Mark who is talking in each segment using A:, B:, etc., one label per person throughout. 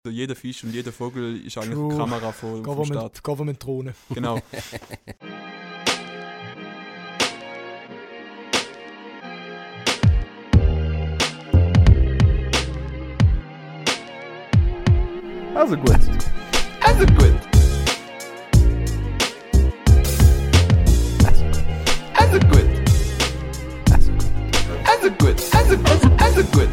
A: Jeder Fisch und jeder Vogel ist eigentlich eine Kamera vom Staat.
B: Government-Drohne.
A: Genau.
C: Also gut.
A: Also gut. Also gut. Also gut. Also gut.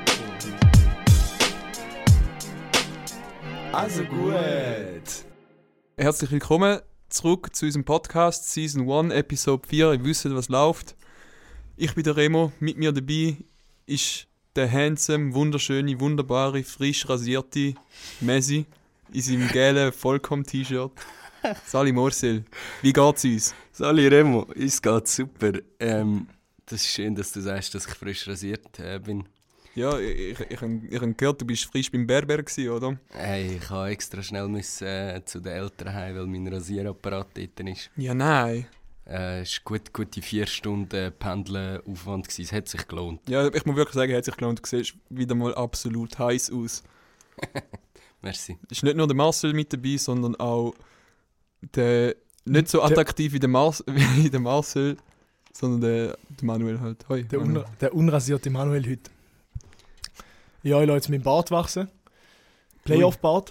B: Also gut.
A: Herzlich willkommen zurück zu unserem Podcast Season 1, Episode 4. Ihr wisst, was läuft. Ich bin der Remo. Mit mir dabei ist der handsome, wunderschöne, wunderbare, frisch rasierte Messi in seinem gelben Vollkommen-T-Shirt. Sali Morsel, wie geht's uns?
C: Sali Remo, uns geht's super. Das ist schön, dass du sagst, dass ich frisch rasiert bin.
A: Ja, ich habe gehört, du bist frisch beim Berber gewesen, oder?
C: Hey, ich musste extra schnell zu den Eltern heim, weil mein Rasierapparat dort ist.
A: Ja, nein.
C: Es war gute 4 Stunden Pendeln-Aufwand. Es hat sich gelohnt.
A: Ja, ich muss wirklich sagen, es hat sich gelohnt. Du siehst wieder mal absolut heiß aus.
C: Merci.
A: Es ist nicht nur der Marcel mit dabei, sondern auch der nicht so attraktiv wie der Marcel, sondern der Manuel halt. Hoi,
B: Der unrasierte Manuel heute. Ja, ich lasse jetzt meinen Bart wachsen. Playoff-Bart.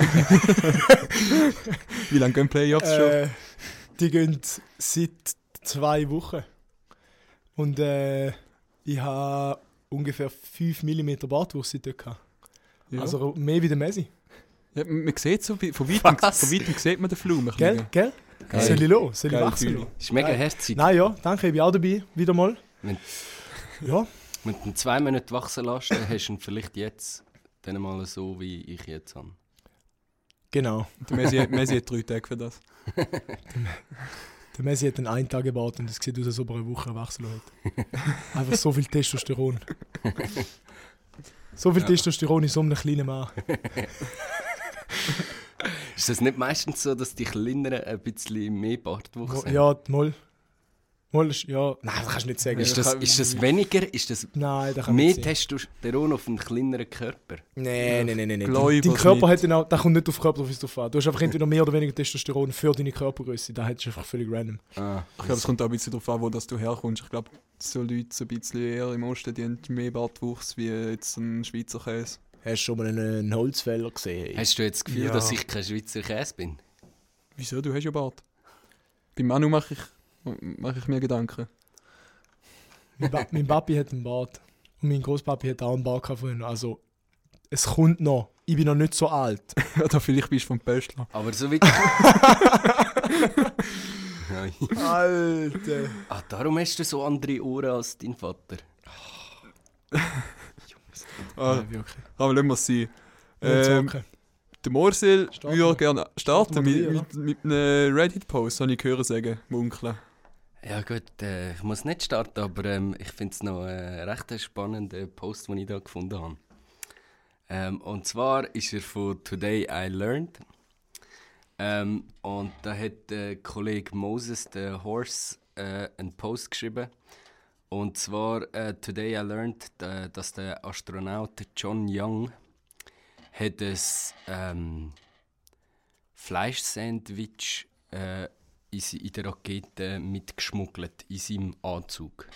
A: Wie lange gehen Playoffs schon?
B: Die gehen seit 2 Wochen. Und ich habe ungefähr 5 mm Bartwuchs seitdem gehabt.
A: Ja.
B: Also mehr wie der Messi.
A: Ja, man sieht so, von weitem sieht man den Flum.
B: Gell?
C: Geil.
B: Soll ich los? Soll ich
A: Geil,
B: wachsen
A: fühle
B: lassen?
C: Ist mega herzig.
B: Nein, ja, danke, ich bin auch dabei, wieder mal. Ja.
C: Wenn du ihn 2 Monate wachsen lässt, dann hast du ihn vielleicht jetzt dann mal so, wie ich jetzt habe.
B: Genau.
A: Der Messi hat 3 Tage für das.
B: Der Messi hat einen Tag gebaut und es sieht aus, als ob er eine Woche wachsen hat. Einfach so viel Testosteron. So viel Testosteron in so einem kleinen Mann.
C: Ist das nicht meistens so, dass die Kleineren ein bisschen mehr Bartwuchs haben?
B: Ja, mal. Ja. Nein, das kannst du nicht sagen.
C: Ist das weniger? Ist das
B: Nein, das kann
C: mehr
B: nicht sein.
C: Testosteron auf einem kleineren Körper?
B: Nein.
A: Glaube
B: Dein
A: ich
B: Körper
A: nicht.
B: hat genau, das kommt nicht auf Körpergröße drauf an. Du hast einfach entweder mehr oder weniger Testosteron für deine Körpergröße. Das ist einfach völlig random.
A: Ich glaube, es kommt auch ein bisschen darauf an, wo das du herkommst. Ich glaube, so Leute so ein bisschen eher im Osten, die haben mehr Bartwuchs wie jetzt ein Schweizer Käse.
B: Hast du schon mal einen Holzfäller gesehen?
C: Hast du jetzt das Gefühl,
B: Ja.
C: dass ich kein Schweizer Käse bin?
A: Wieso? Du hast ja Bart. Bei Manu mache ich mir Gedanken.
B: Mein Papi hat einen Bart. Und mein Großpapi hat auch einen Bart gehabt vorhin. Also, es kommt noch. Ich bin noch nicht so alt.
A: Oder vielleicht bist du vom Pöstler.
C: Aber so wie... Nein.
B: Alter.
C: Darum hast du so andere Ohren als dein Vater.
A: Ah,
B: Wirklich.
A: aber lassen wir es sein.
B: Nicht zocken.
A: Der Morsel
B: Starten
A: würde
B: wir.
A: gerne starten
B: Starten wir
A: mit einem Reddit-Post, habe ich gehört sagen, munkeln.
C: Ja gut, ich muss nicht starten, aber ich finde es noch einen recht spannenden Post, den ich da gefunden habe. Und zwar ist er von Today I Learned. Und da hat der Kollege Moses, der Horse, einen Post geschrieben. Und zwar Today I Learned, dass der Astronaut John Young hat ein Fleischsandwich in der Rakete mitgeschmuggelt in seinem Anzug.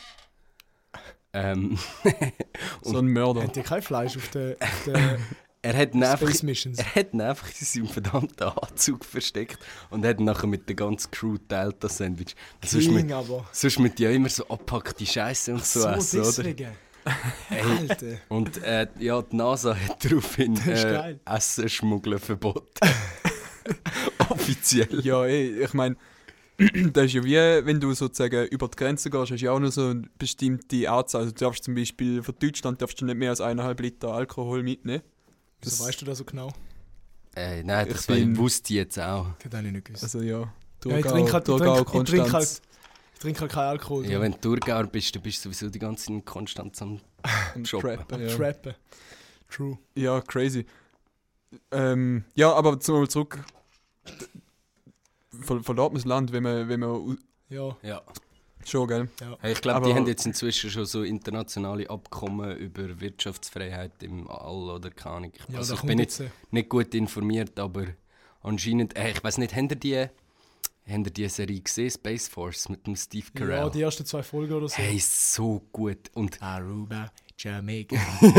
A: So ein Mörder.
B: Hat ihr kein Fleisch auf den
C: Er hat ihn einfach
B: Space Missions?
C: in seinem verdammten Anzug versteckt und hat ihn nachher mit der ganzen Crew teilt, das Sandwich.
B: King, aber.
C: Sonst mit ja immer so abpackte Scheiße und so essen, oder?
B: deswegen.
C: Hey.
B: Alter.
C: Und ja, die NASA hat daraufhin
B: Das ist geil.
C: Essen schmuggeln verboten. Offiziell.
A: Ja, ich meine, das ist ja wie, wenn du sozusagen über die Grenze gehst, hast du ja auch noch so eine bestimmte Anzahl. Also du darfst zum Beispiel für Deutschland darfst du nicht mehr als 1,5 Liter Alkohol mitnehmen.
B: Wieso weißt du das so genau?
C: Nein, das
A: Ich
C: wusste ich jetzt auch.
B: Das habe ich nicht gewusst.
A: Also ja,
B: Ja, ich trinke halt
A: Konstanz.
B: keinen Alkohol.
C: Ja, wenn du Thurgauer bist, dann bist du sowieso die ganze Zeit in Konstanz am Shoppen.
A: Trappen,
B: am
A: ja.
B: Trappen. True.
A: Ja, crazy. Ja, aber mal zurück. Verlässt man das Land, wenn man
B: Ja.
C: Ja.
A: Schon, gell?
C: Hey, ich glaube,
A: Aber-
C: die haben jetzt inzwischen schon so internationale Abkommen über Wirtschaftsfreiheit im All oder keine Ahnung.
B: Ja,
C: Also
B: da
C: ich
B: kommt
C: bin
B: jetzt,
C: nicht gut informiert, aber anscheinend, ich weiß nicht, habt ihr die Serie gesehen, Space Force mit dem Steve Carell?
B: ja, die ersten 2 Folgen oder so.
C: Hey, so gut. Und
B: Aruba, Jamaica.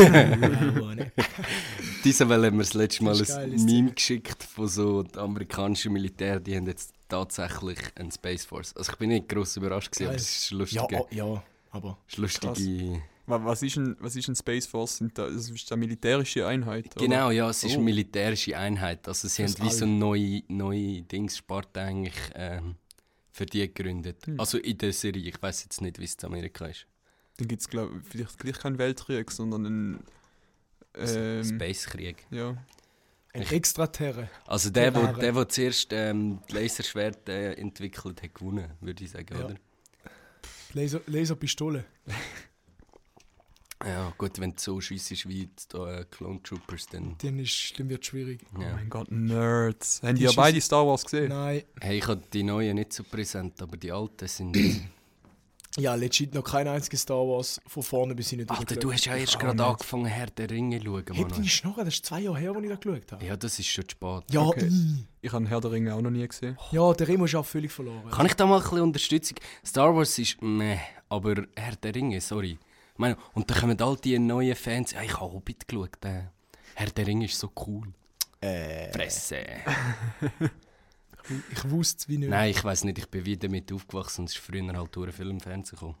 C: diese Welle haben mir das letzte Mal
B: Das ist
C: ein
B: geil, ist
C: Meme geschickt von so dem amerikanischen Militär, die haben jetzt tatsächlich eine Space Force. Also ich bin nicht gross überrascht gewesen, aber
B: Geil.
C: es ist
B: Ja,
C: lustige,
B: ja, aber
C: lustige.
A: Was ist ein Space Force? Das ist eine militärische Einheit, oder?
C: Genau, ja, es ist
A: Oh.
C: eine militärische Einheit. Also sie
B: Fürs
C: haben wie so
B: All.
C: eine neue Sparte eigentlich für die gegründet. Also in der Serie, ich weiß jetzt nicht, wie es in Amerika ist.
A: Dann gibt es, glaube ich, vielleicht gleich keinen Weltkrieg, sondern einen...
C: Space-Krieg.
A: Ja.
B: ein Extraterre.
C: Also der,
B: Terrare.
C: der zuerst die Laserschwerte entwickelt hat, gewonnen, würde ich sagen,
B: Ja.
C: oder?
B: Laserpistole.
C: Ja, gut, wenn du so schiessest wie die Clone Troopers, dann...
B: Dann wird es schwierig.
A: Oh
C: Ja.
A: mein Gott, Nerds. Haben die
B: Die
A: ja
B: ist-
A: beide Star Wars gesehen?
B: Nein.
C: Hey, ich habe die neuen nicht so präsent, aber die alten sind...
B: Ja, legit noch kein einziges Star Wars von vorne bis hinten.
C: Alter, du hast ja erst
A: auch
C: gerade
A: nicht.
C: angefangen, Herr der Ringe zu schauen,
B: Heb
C: Mann.
B: deine Schnorre, das ist 2 Jahre her, als ich da geschaut habe.
C: Ja, das ist schon zu spät.
B: Ja,
A: Okay.
B: i.
A: Ich habe Herr der Ringe auch noch nie gesehen.
B: Ja, der Remo ist auch völlig verloren.
C: Kann ich da mal ein bisschen Unterstützung? Star Wars ist meh, aber Herr der Ringe, sorry. Ich meine, und da kommen all die neuen Fans. Ja, ich habe Hobbit geschaut. Herr der Ringe ist so cool. Fresse.
B: Ich wusste wie nicht.
C: Nein, ich weiß nicht, ich bin wieder damit aufgewachsen und es ist früher halt durch Film im Fernsehen gekommen.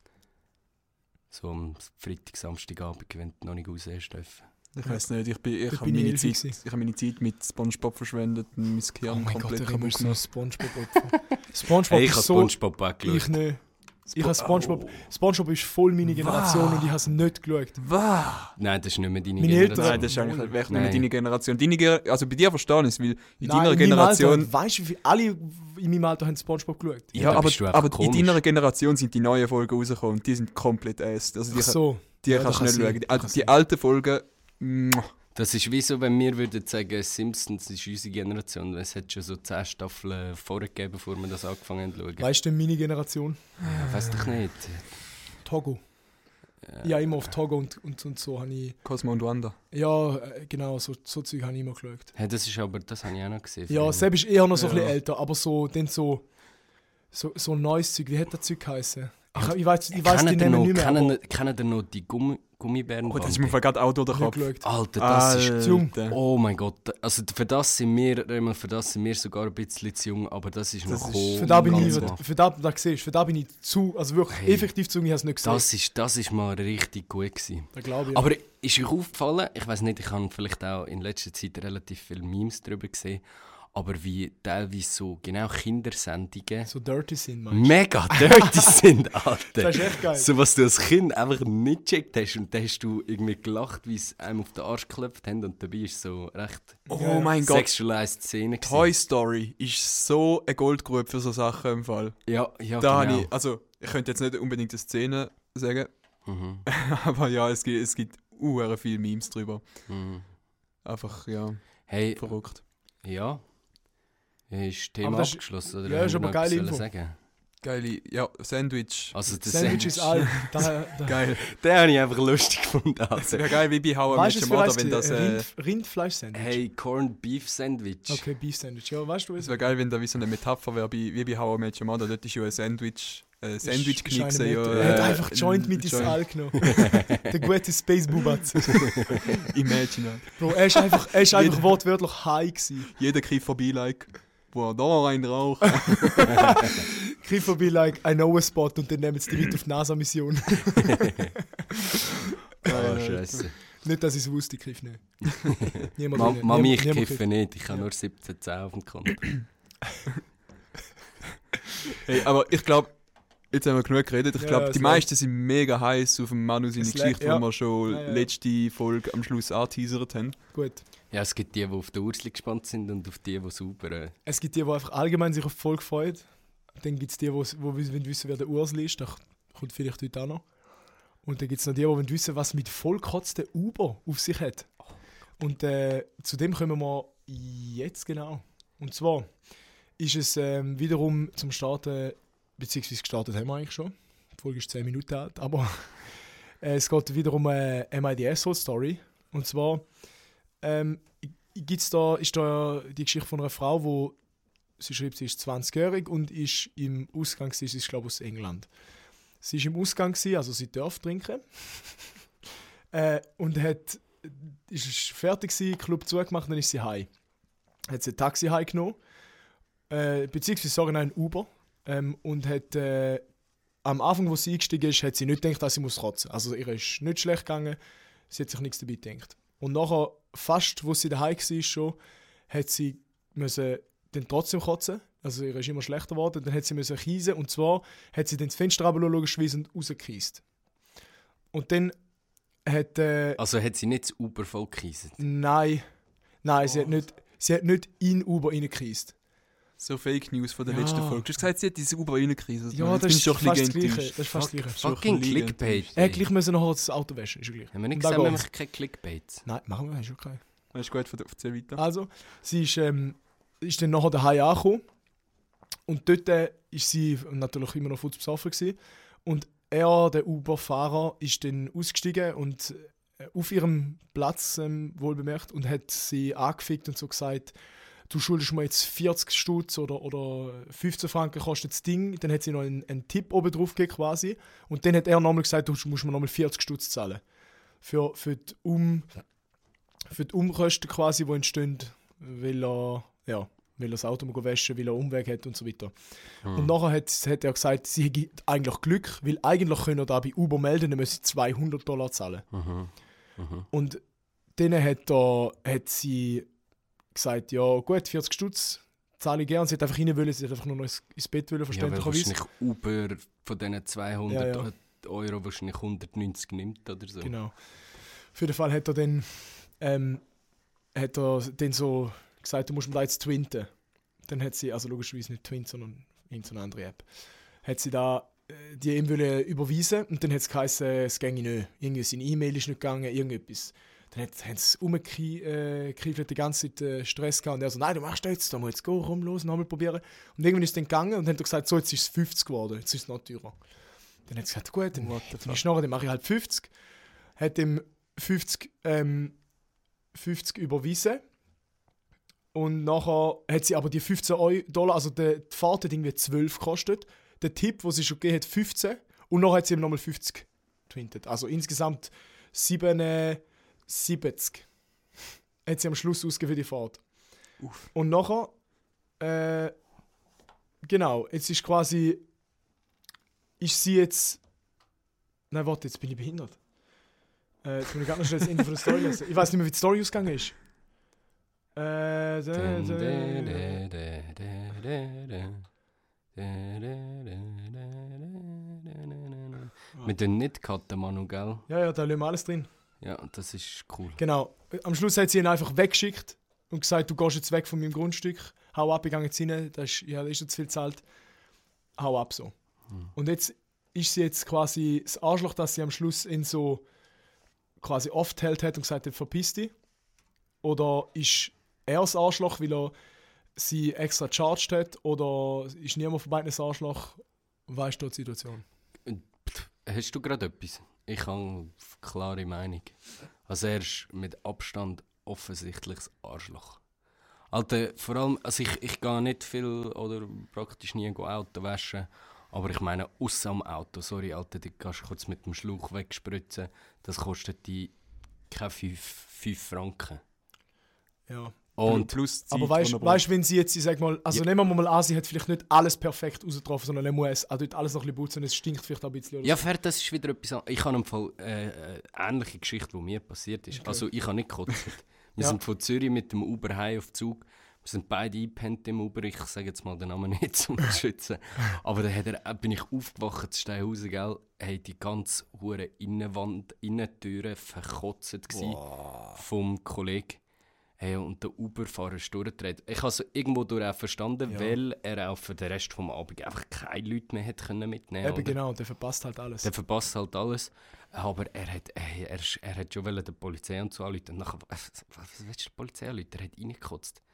C: So am Freitag, Samstagabend, wenn du noch nicht raus dürfen.
A: Ich weiß nicht, ich
B: Dort
A: habe
B: bin ich
A: meine,
B: 11
A: Zeit,
B: gewesen.
A: ich hab meine Zeit mit Spongebob verschwendet und mein
B: Oh
A: Gehirn
B: mein Gott,
A: komplett
B: der Remo
A: kaputt
B: ist so ein
A: gemacht.
B: Spongebob-Opfer. Spongebob
C: Hey, ich habe
B: ist so...
C: Spongebob auch geschaut.
B: Ich nicht. Ich habe Spongebob... Spongebob ist voll meine Generation und ich habe es nicht geschaut.
A: Was?
C: Nein, das ist nicht mehr deine
B: Meine
C: Generation.
B: Eltern-
A: Nein, das ist eigentlich echt nicht mehr
C: Nein.
A: deine Generation. Also bei dir verstehe ich es, weil in deiner
B: in meinem
A: Generation...
B: Alter, weißt du, wie viele alle in meinem Alter haben Spongebob geschaut?
C: Ja, da
A: aber,
C: bist du einfach
A: aber in
C: komisch.
A: deiner Generation sind die neuen Folgen rausgekommen und die sind komplett ass. Also die,
B: Ach so.
A: die
B: Ja,
A: kannst du
B: das
A: nicht
B: kann
A: schauen.
B: sein,
A: Also
B: das
A: die
B: kann
A: alten Folgen... muah.
C: Das ist wie so, wenn wir würden sagen, Simpsons ist unsere Generation. Es hat schon so 10 Staffeln vorgegeben, bevor wir das angefangen haben zu schauen.
B: Weißt du denn meine Generation?
C: Ja, weiss doch nicht.
B: Togo. Ja, immer auf Togo und so habe ich...
A: Cosmo und Wanda.
B: Ja, genau, so Zeug habe ich immer geschaut.
C: Hey, das habe ich auch noch gesehen.
B: Ja, Seb ist eher noch so ein
A: Ja.
B: bisschen älter, aber so ein neues Zeug. Wie hat das Zeug geheißen? Ich weiß die Namen nicht mehr, aber
C: Kennen ihr noch die Gummibären?
A: Oh, das ist mir gerade auch durch den
B: nicht
A: Kopf.
B: geschaut.
C: Alter, das ist...
B: jung.
C: Oh mein Gott. Also für das sind wir sogar ein bisschen zu jung, aber das ist
A: Das
C: noch
A: ist-
B: Für da bin
C: ganz
B: ich,
C: nah.
B: für da bin ich zu, also wirklich
C: Hey.
B: effektiv zu, ich habe es nicht gesehen.
C: Das ist mal richtig gut gewesen.
B: Da glaube ich.
C: Aber ist euch aufgefallen, ich weiß nicht, ich habe vielleicht auch in letzter Zeit relativ viele Memes darüber gesehen, aber wie teilweise so genau Kindersendungen
B: so dirty sind, meinst du?
C: mega dirty sind, Alter.
B: Das ist echt geil.
C: So was du als Kind einfach nicht gecheckt hast und dann hast du irgendwie gelacht, wie es einem auf den Arsch geklopft haben und dabei ist so recht
A: Oh
B: Ja.
A: mein Gott.
C: sexualized Szene gewesen.
A: Toy Story ist so eine Goldgrube für so Sachen im Fall.
C: Ja,
A: Da
C: genau.
A: habe ich, also ich könnte jetzt nicht unbedingt eine Szene sagen,
C: Mhm.
A: aber ja, es gibt viele Memes drüber.
C: Mhm.
A: Einfach, ja,
C: Hey,
A: verrückt.
C: ja. Ist das Thema
B: Aber das ist-
C: abgeschlossen? Oder
B: ja,
C: haben
B: ist
C: wir
B: aber
C: noch
B: geile
C: etwas
B: Info.
C: sagen?
A: Geile, ja, Sandwich.
C: Also das
B: Sandwich ist alt.
A: Geil.
C: Den habe ich einfach lustig gefunden.
A: Das
C: Also.
A: wäre geil wie bei How I
B: Weißt
A: Met
B: du,
A: Your
B: was
A: Mother, wenn das...
B: Rindfleisch-Sandwich?
C: Hey, Corned Beef Sandwich.
B: Okay, Beef-Sandwich. Ja, weißt du,
A: Es wäre geil, wenn da wie so eine Metapher wäre, wie bei How I Met Your Mother. Dort ist ja ein Sandwich Knickse. Ja,
B: Er hat einfach Joint mit ins
A: Joint.
B: Saal genommen. Der gute Space Bubatz.
A: Imagine.
B: Bro, er ist einfach wortwörtlich high gewesen.
A: Jeder kriegt vorbei, like, wo er da rein raucht.
B: Krieg vorbei, like, I know a spot und dann nehmen sie die mit auf die NASA-Mission.
C: Oh, Scheiße.
B: Nicht, dass ich es wusste, ich griff nicht. Niemand
C: Mami, ich
B: niemand
C: kiffe nicht. Ich habe nur 17,10 auf dem Konto.
A: Hey, aber ich glaube, jetzt haben wir genug geredet. Ich
B: Ja,
A: glaube,
B: es
A: die
B: läuft.
A: meisten sind mega heiß auf dem Manu seine
B: Es
A: Geschichte,
B: ja.
A: wo wir schon
B: Ja, ja.
A: letzte Folge am Schluss angeteasert haben.
B: Gut.
C: Ja, es gibt die auf die Ursli gespannt sind und auf die sauber.
B: Es gibt die, die einfach allgemein sich auf die Folge freuen. Dann gibt es die, die wissen, wer der Ursel ist. Das kommt vielleicht heute auch noch. Und dann gibt es noch die, die wissen, was mit vollkotzten Uber auf sich hat. Und zu dem kommen wir jetzt genau. Und zwar ist es wiederum zum Starten beziehungsweise gestartet haben wir eigentlich schon. Die Folge ist 10 Minuten alt, aber es geht wieder um eine MIDS-Story. Und zwar ist da die Geschichte von einer Frau, sie schreibt, sie ist 20-jährig und ist im Ausgang, sie ist glaube ich aus England. Sie ist im Ausgang, also sie darf trinken. Und ist fertig gewesen, Club zugemacht, dann ist sie heim. Hat sie ein Taxi heimgenommen, beziehungsweise ein Uber. Und hat am Anfang, wo sie eingestiegen ist, hat sie nicht gedacht, dass sie muss kotzen. Also ihr ist nicht schlecht gegangen, sie hat sich nichts dabei gedacht. Und nachher, fast, wo sie daheim war schon, hat sie müssen dann trotzdem kotzen. Also ihr ist immer schlechter geworden. Dann hat sie müssen kiesen. Und zwar hat sie dann das Fenster runter logischerweise und rausgekiest. Und dann hat...
C: also hat sie nicht das Uber voll gekiesen?
B: Nein, sie hat nicht in Uber reingekiest.
A: So Fake News von der letzten Folge. Du hast gesagt, sie hat diese Uber reingekriegt.
B: Ja, das ist fast das Gleiche. Das ist fast das Gleiche.
C: Fucking Clickbait.
B: Gleich müssen nachher das Auto waschen, ist ja gleich.
C: Haben wir nicht gesagt, wir machen keine Clickbaits?
B: Nein, machen wir, ist okay.
A: Das ist gut, erzähl weiter.
B: Also, sie ist dann nachher daheim angekommen. Und dort ist sie natürlich immer noch futzbesoffen gewesen. Und er, der Uber-Fahrer, ist dann ausgestiegen und auf ihrem Platz, wohlbemerkt, und hat sie angefickt und so gesagt, du schuldest mir jetzt 40 Stutz oder 15 Franken kostet das Ding. Dann hat sie noch einen Tipp oben drauf gegeben quasi. Und dann hat er nochmal gesagt, du musst mir nochmal 40 Stutz zahlen. Für die Umkosten quasi, die entstehen, weil er das Auto mal waschen, weil er einen Umweg hat und so weiter. Und nachher hat er gesagt, sie hätte eigentlich Glück, weil eigentlich können er da bei Uber melden, dann müssen sie $200 zahlen. Und dann hat sie gesagt, ja gut, 40 Stutz zahle ich gerne. Sie hat einfach rein wollen, sie hat einfach nur noch ins Bett wollen, verständlicherweise.
C: Ja, wahrscheinlich Uber von diesen 200 Euro wahrscheinlich 190 nimmt oder so.
B: Genau. Auf jeden Fall hat er dann so gesagt, du musst mir da jetzt twinten. Dann hat sie, also logischerweise nicht Twint, sondern irgendeine andere App, hat sie da die ihm überweisen und dann hat es geheißen, es ginge nicht. Irgendwie seine E-Mail ist nicht gegangen, irgendetwas. Dann haben sie umgekriegt, die ganze Zeit Stress gehabt. Und er so, nein, du machst das jetzt, da muss jetzt gehen, komm, los, nochmal probieren. Und irgendwann ist es dann gegangen und dann hat er gesagt, so, jetzt ist es 50 geworden, jetzt ist es noch teurer. Dann hat sie gesagt, gut, dann mache ich halt 50. Hat ihm 50 überwiesen. Und nachher hat sie aber die $15, also die Fahrt hat irgendwie 12 gekostet. Der Tipp, den sie schon gegeben hat, 15. Und nachher hat sie ihm nochmal 50 getwintet. Also insgesamt 77 hat sie am Schluss ausgegeben für die Fahrt. Uff. Und nachher, genau, jetzt ist quasi, ist sie jetzt, nein, warte, jetzt bin ich behindert. Jetzt muss ich gerade noch schnell das Ende von der Story lesen. Ich weiß nicht mehr, wie die Story ausgegangen ist. Wir
C: tun nicht cutten, Manu, gell?
B: Ja, da lassen wir alles drin.
C: Ja, das ist cool.
B: Genau. Am Schluss hat sie ihn einfach weggeschickt und gesagt, du gehst jetzt weg von meinem Grundstück, hau ab, ich gehe jetzt rein, das ist ja zu viel gezahlt, hau ab so. Und jetzt ist sie jetzt quasi das Arschloch, dass sie am Schluss ihn so quasi aufgeteilt hat und gesagt hat, verpiss dich. Oder ist er das Arschloch, weil er sie extra gecharged hat, oder ist niemand von beiden das Arschloch? Weißt du die Situation?
C: Hast du gerade etwas? Ich habe eine klare Meinung. Also er ist mit Abstand offensichtlich das Arschloch. Alter, vor allem, also ich gehe nicht viel oder praktisch nie Auto waschen, aber ich meine, außer am Auto, sorry Alter, du kannst kurz mit dem Schlauch wegspritzen, das kostet die keine 5 Franken.
B: Ja.
C: Und
B: plus Zeit, aber weißt du, wenn sie jetzt, ich sag mal, also nehmen wir mal an, sie hat vielleicht nicht alles perfekt rausgetroffen, sondern er muss auch dort alles noch ein bisschen putzen und es stinkt vielleicht auch ein bisschen.
C: Ja, fair, das ist wieder etwas anderes. Ich habe im Fall eine ähnliche Geschichte, die mir passiert ist. Okay. Also ich habe nicht gekotzt. Wir sind von Zürich mit dem Uber heim auf Zug. Wir sind beide eingepennt im Uber. Ich sage jetzt mal den Namen nicht, um zu schützen. Aber dann bin ich aufgewacht zu Steinhausen, gell? Hey, die ganze hure Innentüre verkotzt vom Kollegen. Hey, und der Uber-Fahrer ist durchgedreht. Ich habe es irgendwo durch auch verstanden, weil er auch für den Rest des Abends einfach keine Leute mehr hätte mitnehmen können.
B: Eben genau, der verpasst halt alles.
C: Aber er hat schon die Polizei und so anrufen. Und nachher, was willst du die Polizei anrufen? Er hat reingekotzt.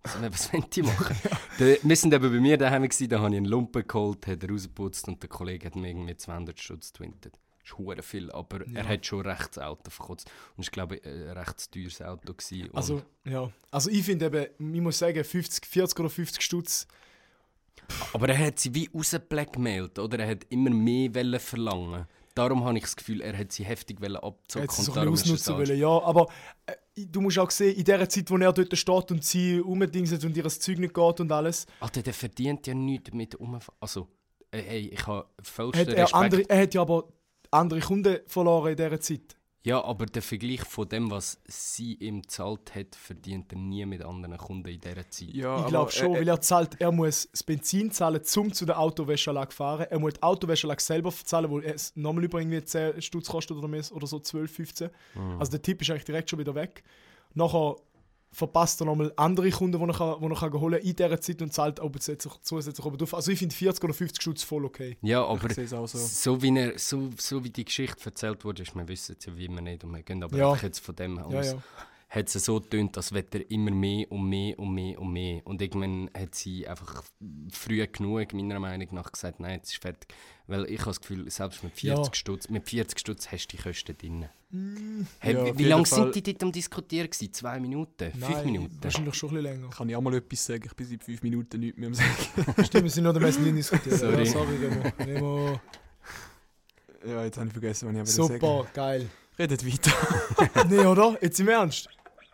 C: Was wollen die machen? Wir sind eben bei mir daheim gewesen, da habe ich einen Lumpen geholt, hat er rausgeputzt und der Kollege hat mir irgendwie 200 Stutz gewinnt. Das ist verdammt viel, aber er hat schon recht das Auto verkotzt. Und es war, glaube ich, ein recht teures Auto gewesen.
B: Also ich finde eben, ich muss sagen, 40 oder 50 Stutz.
C: Aber er hat sie wie rausgeblackmailt, oder? Er hat immer mehr verlangen. Darum habe ich das Gefühl, er hat sie heftig abzocken.
B: Er hat sie so
C: und
B: ein
C: darum
B: bisschen
C: ist es
B: ausnutzen wollen, ja. Aber du musst auch sehen, in der Zeit, wo er dort steht und sie rumdingset und ihr das Zeug nicht geht und alles.
C: Alter, der verdient ja nichts mit umfahren. Also, hey, ich habe vollsten Respekt.
B: Er hat ja aber andere Kunden verloren in dieser Zeit.
C: Ja, aber der Vergleich von dem, was sie ihm gezahlt hat, verdient er nie mit anderen Kunden in dieser Zeit.
B: Ja, ich glaube schon, weil er muss das Benzin zahlen, um zu der Autowäschanlage zu fahren. Er muss die Autowäschanlage selber zahlen, wo es nochmal über irgendwie 10 Stutz kostet oder mehr, oder so 12, 15. Also der Tipp ist eigentlich direkt schon wieder weg. Nachher verpasst er nochmal andere Kunden, die er holen kann in dieser Zeit und zahlt zusätzlich oben drauf. Also ich finde 40 oder 50 Stutz voll okay.
C: Ja, aber
B: so
C: wie die Geschichte erzählt wurde, ist, wir wissen ja, wie wir nicht und wir gehen aber einfach jetzt von dem aus. Ja. Hat sie so getönt, als würde er immer mehr und mehr und mehr und mehr. Und irgendwann hat sie einfach früh genug, meiner Meinung nach, gesagt, nein, jetzt ist fertig. Weil ich habe das Gefühl, selbst mit 40 Stutz hast du die Kosten drin. Wie lange sind die dort am Diskutieren gewesen? 2 Minuten? 5 Minuten?
B: Wahrscheinlich schon ein bisschen länger.
A: Kann ich auch mal etwas sagen? Ich bin seit 5 Minuten nichts mehr am Sagen.
B: Stimmt, wir sind noch der Messin diskutiert.
C: Sorry.
B: Ja, sorry, Remo.
A: Ja, jetzt habe ich vergessen, was ich
B: sagen wollte. Super, geil.
A: Redet weiter.
B: Nee, oder? Jetzt im Ernst?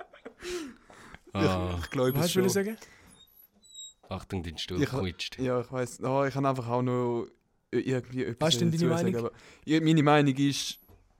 A: Ich glaube es schon.
B: Was willst du sagen?
C: Achtung, dein Stuhl quietscht.
A: Ja, ich weiss. Oh, ich kann einfach auch noch irgendwie etwas
B: Was ist denn deine Meinung?
A: sagen. Aber meine Meinung ist,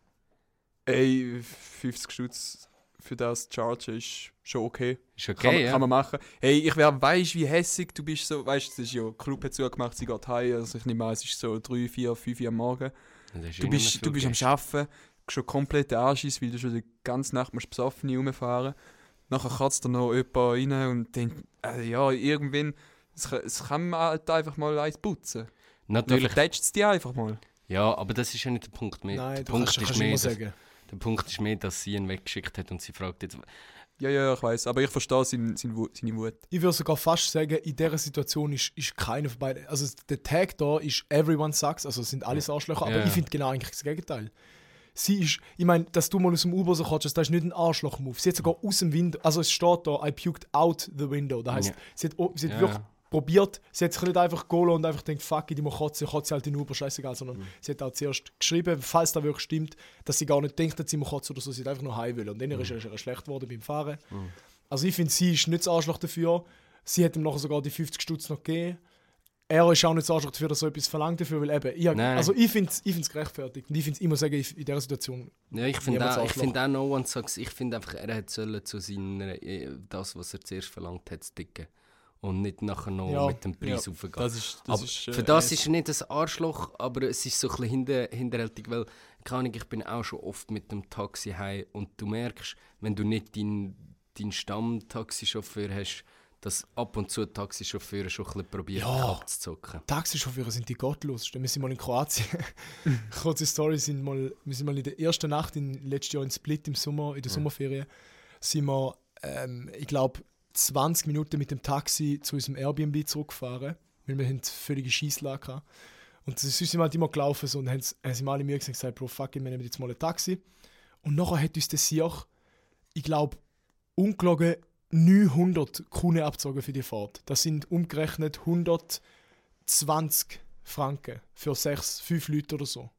A: 50 Stutz für das Charge ist schon okay.
C: Ist okay,
A: kann man machen. Hey, ich weiss, wie hässig du bist. So, weißt, das ist ja, Club hat zugemacht, sie geht heim. Also ich nehme an, es ist so 3, 4, 5 Uhr am Morgen. Du bist am Arbeiten, schon komplett Anschiss, weil du schon die ganze Nacht besoffen rumfahren. Nachher kratzt da noch jemand rein und denkt, ja, irgendwann, es kann man halt einfach mal eins putzen.
C: Natürlich.
A: Dann vertätscht es die einfach mal.
C: Ja, aber das ist ja nicht der Punkt mehr.
B: Nein,
C: der Punkt ist mehr, dass sie ihn weggeschickt hat und sie fragt jetzt...
A: Ja, ich weiss, aber ich verstehe seine Wut.
B: Ich würde sogar fast sagen, in dieser Situation ist keiner von beiden... Also der Tag da ist everyone sucks, also es sind alles Arschlöcher, aber ich finde genau eigentlich das Gegenteil. Sie ist, ich meine, dass du mal aus dem U-Bahn so kommst, das ist nicht ein Arschloch-Move. Sie hat sogar aus dem Window, also es steht da, I puked out the window. Das heisst, sie hat wirklich probiert, sie hat sich nicht einfach gehen und einfach gedacht, fuck it, ich muss kotzen, halt in Uber, scheißegal, sondern sie hat auch zuerst geschrieben, falls das wirklich stimmt, dass sie gar nicht denkt, dass sie muss kotzen oder so, sie hat einfach nur heim will. Und dann ist er schlecht geworden beim Fahren. Also ich finde, sie ist nicht das Arschloch dafür. Sie hat ihm nachher sogar die 50 Stutz noch gegeben. Er ist auch nicht so dafür, dass er etwas verlangt dafür, weil eben, also ich finde es gerechtfertigt. Und ich muss sagen, in dieser Situation...
C: Ja, ich finde auch no one sucks. Ich finde einfach, er hat zu seiner, das, was er zuerst verlangt hat, sticken. Und nicht nachher noch mit dem Preis aufgehen. Für das ist er nicht das Arschloch, aber es ist so ein bisschen hinterhältig, weil ich bin auch schon oft mit dem Taxi heim und du merkst, wenn du nicht deinen Stammtaxichauffeur hast, dass ab und zu Taxichauffeure schon ein bisschen probieren abzuzocken.
B: Taxichauffeure sind die gottlos. Wir sind mal in Kroatien. Kurze Story, wir sind mal in der ersten Nacht letztes Jahr in Split im Sommer, in der Sommerferien, sind wir, ich glaube, 20 Minuten mit dem Taxi zu unserem Airbnb zurückgefahren, weil wir völlige Scheisslage hatten. Und sind wir halt immer gelaufen so, und haben sie mal alle mir gesagt, Bro, fuck it, wir nehmen jetzt mal ein Taxi. Und nachher hat uns das Sieg, ich glaube, ungelogen 900 Kunden abgezogen für die Fahrt. Das sind umgerechnet 120 Franken für 5 Leute oder so.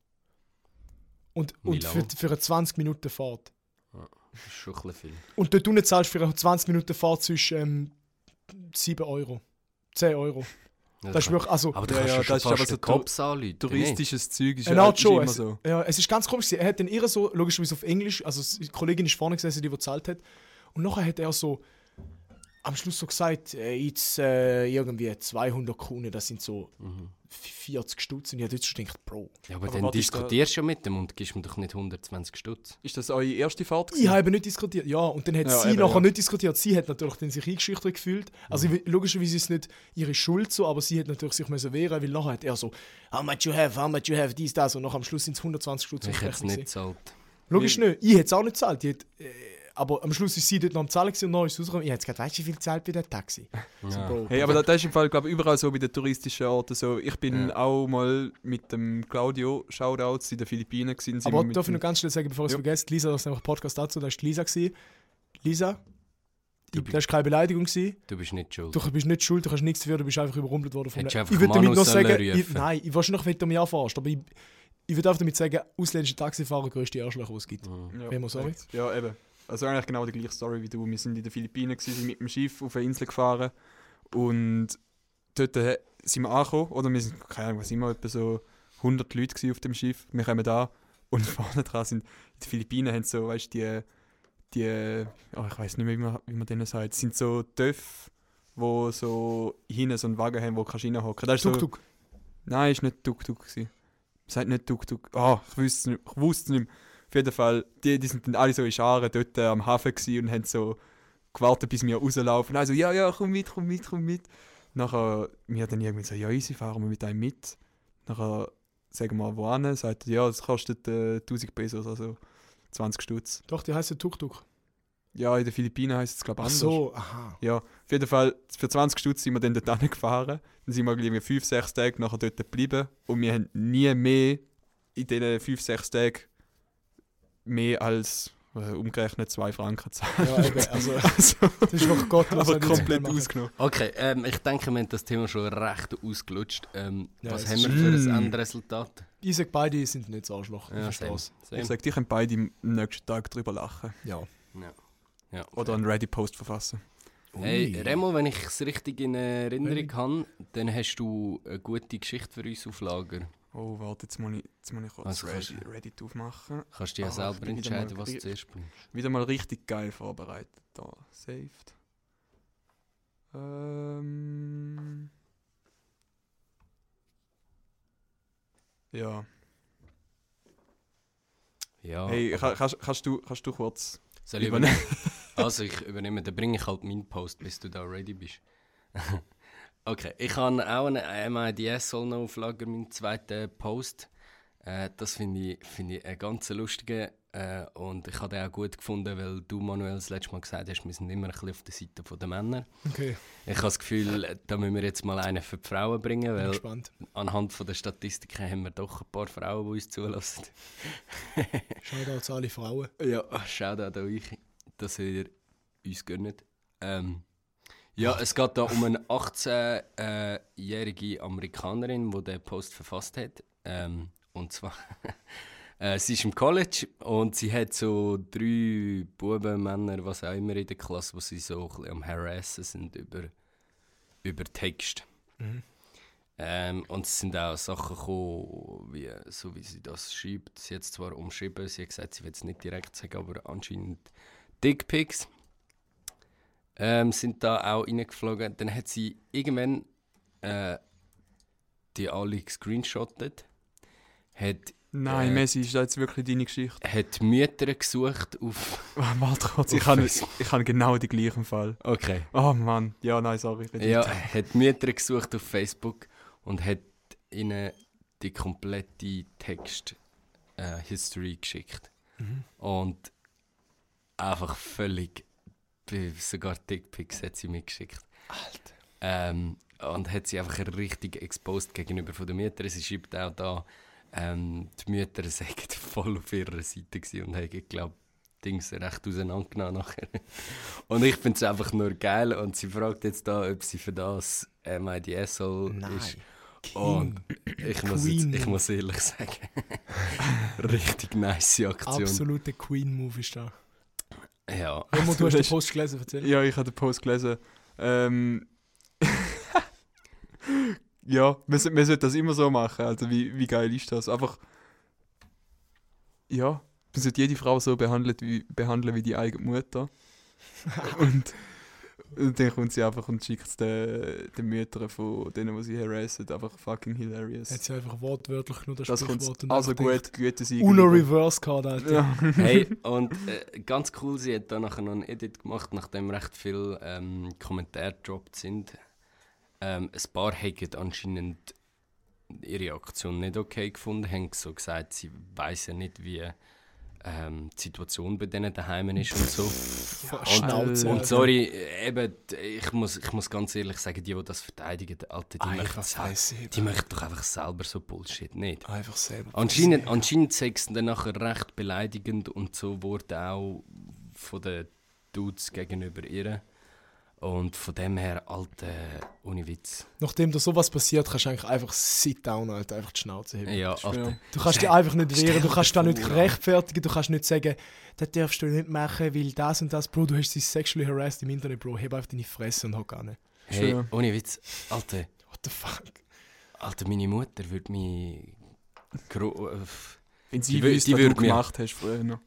B: Und für eine 20 Minuten Fahrt.
C: Ja, das ist schon ein bisschen viel.
B: Und dort unten zahlst du für eine 20 Minuten Fahrt zwischen 7 Euro. 10 Euro.
C: Ja,
B: das ist wirklich, also,
C: aber du kannst ja schon fast den Cops anrufen.
A: Touristisches Zeug ist
B: ja
A: schon immer so.
B: Ja, es ist ganz komisch. Er hat dann eher so, logischerweise auf Englisch, also die Kollegin ist vorne gesessen, die gezahlt hat. Und nachher hat er so am Schluss so gesagt, jetzt irgendwie 200 Kronen, das sind so 40 Stutz. Und ich habe jetzt schon gedacht, Bro.
C: Ja, aber dann diskutierst du ja mit dem und gibst mir doch nicht 120 Stutz.
A: Ist das eure erste Fahrt gewesen?
B: Ich habe nicht diskutiert. Ja, und dann hat sie nachher nicht diskutiert. Sie hat natürlich dann sich eingeschüchtert gefühlt. Also logischerweise ist es nicht ihre Schuld so, aber sie hat natürlich sich müssen wehren, weil nachher hat er so, how much you have, dies, das. Und nachher am Schluss sind es 120 Stutz.
C: Ich hätte es nicht gezahlt.
B: Logisch nicht. Ich hätte es auch nicht gezahlt. Aber am Schluss ist sie dort noch am Zahlen und dann ist sie rausgekommen. Ich habe jetzt gedacht, weißt du, wie viel Zeit bei dem Taxi? So,
C: Ja.
B: Bro,
A: Hey, aber das ist im Fall, glaube ich, überall so bei den touristischen Orten so. Ich bin auch mal mit dem Claudio Shoutouts in den Philippinen gewesen. Sind
B: aber
A: wir mit
B: darf ich
A: dem-
B: noch ganz schnell sagen, bevor ich es
A: Ja.
B: vergesse, Lisa, das ist nämlich ein Podcast dazu, da war die Lisa gewesen. Lisa,
C: Du
B: das war keine Beleidigung gewesen.
C: Du bist nicht schuld.
B: Du bist nicht schuld, du kannst nichts dafür, du bist einfach überrumpelt worden von
C: Hättest
B: einem-
C: einfach
B: Ich würde damit
C: Manu
B: noch sagen,
C: sollen rufen.
B: nein, ich weiß nicht, wenn du mich anfährst, aber ich würde einfach damit sagen, ausländische Taxifahrer größte Arschlöcher, die es gibt.
C: Mhm.
B: Remo, sorry.
A: Ja, eben. Also eigentlich genau die gleiche Story wie du. Wir sind in den Philippinen, sind mit dem Schiff auf eine Insel gefahren und dort sind wir angekommen, oder wir sind, keine Ahnung, was immer, etwa so 100 Leute gewesen auf dem Schiff. Wir kommen da und vorne dran sind, in den Philippinen haben so, weißt du, ich weiß nicht mehr, wie man denen sagt, sind so Töpfe, wo so hinten so einen Wagen haben, wo du reinhocken kannst.
B: Tuk-Tuk.
A: Nein, es war nicht Tuk-Tuk. Sagt nicht Tuk-Tuk. Ich wusste es nicht mehr. Auf jeden Fall, die sind dann alle so in Scharen dort am Hafen gewesen und haben so gewartet, bis wir rauslaufen. Also, ja, komm mit. Nachher, wir dann irgendwie so, ja, easy, fahren wir mit einem mit. Nachher sagen wir, wo hin? Sagt er, ja, das kostet 1000 Pesos, also 20 Stutz.
B: Doch, die heisst Tuk-Tuk.
A: Ja, in den Philippinen heisst es, glaube ich,
B: Ach
A: anders.
B: so, aha.
A: Ja, auf jeden Fall, für 20 Stutz sind wir dann dort gefahren. Dann sind wir irgendwie 5-6 Tage nachher dort geblieben. Und wir haben nie mehr in diesen 5-6 Tagen mehr als umgerechnet 2 Franken gezahlt.
B: Ja, eben, also,
A: Also,
B: das ist einfach gottlos.
A: aber
B: was die
A: komplett
B: machen.
A: ausgenommen.
C: Okay, ich denke, wir haben das Thema schon recht ausgelutscht.
B: Ja,
C: Was
B: es
C: haben
B: ist-
C: wir für ein Endresultat?
B: Ich sage, beide sind nicht so Arschloch. Ich
C: Ja,
B: verstehe es.
A: Ich sage, die können beide am nächsten Tag drüber lachen.
B: Ja.
C: Ja.
A: Oder einen Reddit-Post verfassen.
C: Hey, Remo, wenn ich es richtig in Erinnerung habe, dann hast du eine gute Geschichte für uns auf Lager.
A: Oh, warte, jetzt muss ich kurz
C: Also kannst du-
A: Reddit aufmachen.
C: Kannst du ja
A: Ich
C: selber
A: bin wieder
C: entscheiden,
A: mal
C: was du
A: ri-
C: zuerst bringst.
A: Wieder mal richtig geil vorbereitet. Da, saved. Ja.
C: Ja,
A: Hey, kannst du kurz
C: soll ich
A: übernehmen?
C: Also ich übernehme, dann bringe ich halt meinen Post, bis du da ready bist. Okay, ich habe auch eine MIDS noch auf Lager, meinen zweiten Post. Das finde ich einen ganz lustigen und ich habe den auch gut gefunden, weil du, Manuel, das letzte Mal gesagt hast, wir sind immer ein bisschen auf der Seite der Männer.
B: Okay,
C: Ich habe das Gefühl, da müssen wir jetzt mal einen für die Frauen bringen,
B: bin
C: weil
B: gespannt.
C: anhand von der Statistiken haben wir doch ein paar Frauen, die uns zulassen.
B: Shoutouts an alle Frauen.
C: Ja, schaut an euch, dass ihr uns gönnt. Ja, es geht da um eine 18-jährige Amerikanerin, die den Post verfasst hat. Und zwar, sie ist im College und sie hat so 3 Buben, Männer, was auch immer in der Klasse, die sie so ein bisschen am Harassen sind über Text. Und es sind auch Sachen gekommen, so wie sie das schreibt. Sie hat es zwar umschrieben, sie hat gesagt, sie will es nicht direkt sagen, aber anscheinend Dickpics sind da auch reingeflogen. Dann hat sie irgendwann die alle gescreenshottet, hat
A: Messi, ist das jetzt wirklich deine Geschichte?
C: hat Mütter gesucht auf...
A: Warte kurz, ich habe genau die gleichen Fall.
C: Okay.
A: Oh Mann, ja, nein, sorry.
C: Ja, hat Mütter gesucht auf Facebook und hat ihnen die komplette Text-History geschickt. Und einfach völlig, sogar Dickpics hat sie mitgeschickt. Alter. Und hat sie einfach richtig exposed gegenüber von den Müttern. Sie schreibt auch da, die Mütter seien voll auf ihrer Seite gewesen und haben, glaube Dings recht auseinandergenommen nachher. Und ich finde es einfach nur geil und sie fragt jetzt da, ob sie für das MIDS ist. Und ich muss ehrlich sagen, richtig nice Aktion.
B: Absoluter Queen-Move ist da.
C: Ja.
B: Remo, du hast den Post gelesen, erzähl.
A: Ja, ich habe den Post gelesen. Ja, man sollte das immer so machen. Also wie geil ist das? Einfach, ja, man sollte jede Frau so behandeln wie die eigene Mutter. und dann kommt sie einfach und schickt es den Müttern von denen, die sie harassen. Einfach fucking hilarious.
B: Hat sie einfach wortwörtlich nur das
A: Das
B: Sprichwort
A: kommt
B: und
A: also
B: einfach
A: gut, gute Sieg.
B: Uno Reverse Card, Alter.
A: Ja.
C: Hey, und ganz cool, sie hat da nachher noch einen Edit gemacht, nachdem recht viele Kommentare gedroppt sind. Ein paar haben anscheinend ihre Aktion nicht okay gefunden, haben so gesagt, sie weiss ja nicht, wie die Situation bei denen daheim ist und so.
B: Schnauze.
C: Und sorry, eben, ich muss ganz ehrlich sagen, die das verteidigen, Alter, die möchten doch einfach selber so Bullshit, nicht?
B: Einfach selber.
C: Anscheinend sei es dann nachher recht beleidigend und so wurde auch von den Dudes gegenüber ihr. Und von dem her, Alter, ohne Witz.
B: Nachdem da sowas passiert, kannst du eigentlich einfach sit down, Alter, einfach die Schnauze heben.
C: Ja, Alter.
B: Du kannst dich einfach nicht wehren, du kannst da nicht rechtfertigen, du kannst nicht sagen, das darfst du nicht machen, weil das und das, Bro, du hast sie sexually harassed im Internet, Bro, heb einfach deine Fresse und hock an.
C: Hey, ohne Witz, Alter.
B: What the fuck?
C: Alter, meine Mutter würde mich...
A: Wenn sie wüsste, was du gemacht hast früher noch.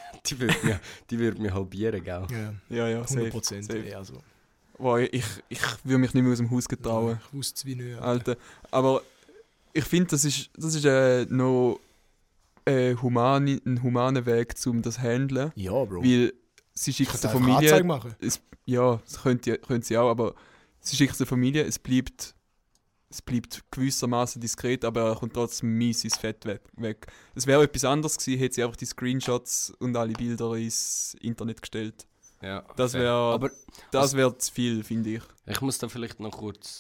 C: Die würde mich halbieren, gell?
A: Ja,
B: 100%.
A: safe.
B: Also.
A: Wow, ich würde mich nicht mehr aus dem Haus getrauen.
B: Ich wusste es wie nicht.
A: Alter. Aber ich finde, das ist noch ein humaner Weg, um das zu handeln.
B: Ja, Bro.
A: Weil sie schickt es der
B: Anzeige
A: Familie.
B: machen.
A: Ja, das könnte sie auch, aber sie schickt es der Familie, es bleibt gewissermaßen diskret, aber er kommt trotzdem mies ins Fett weg. Es wäre etwas anderes gewesen, hätte sie einfach die Screenshots und alle Bilder ins Internet gestellt.
C: Ja,
A: das wäre zu viel, finde ich.
C: Ich muss da vielleicht noch kurz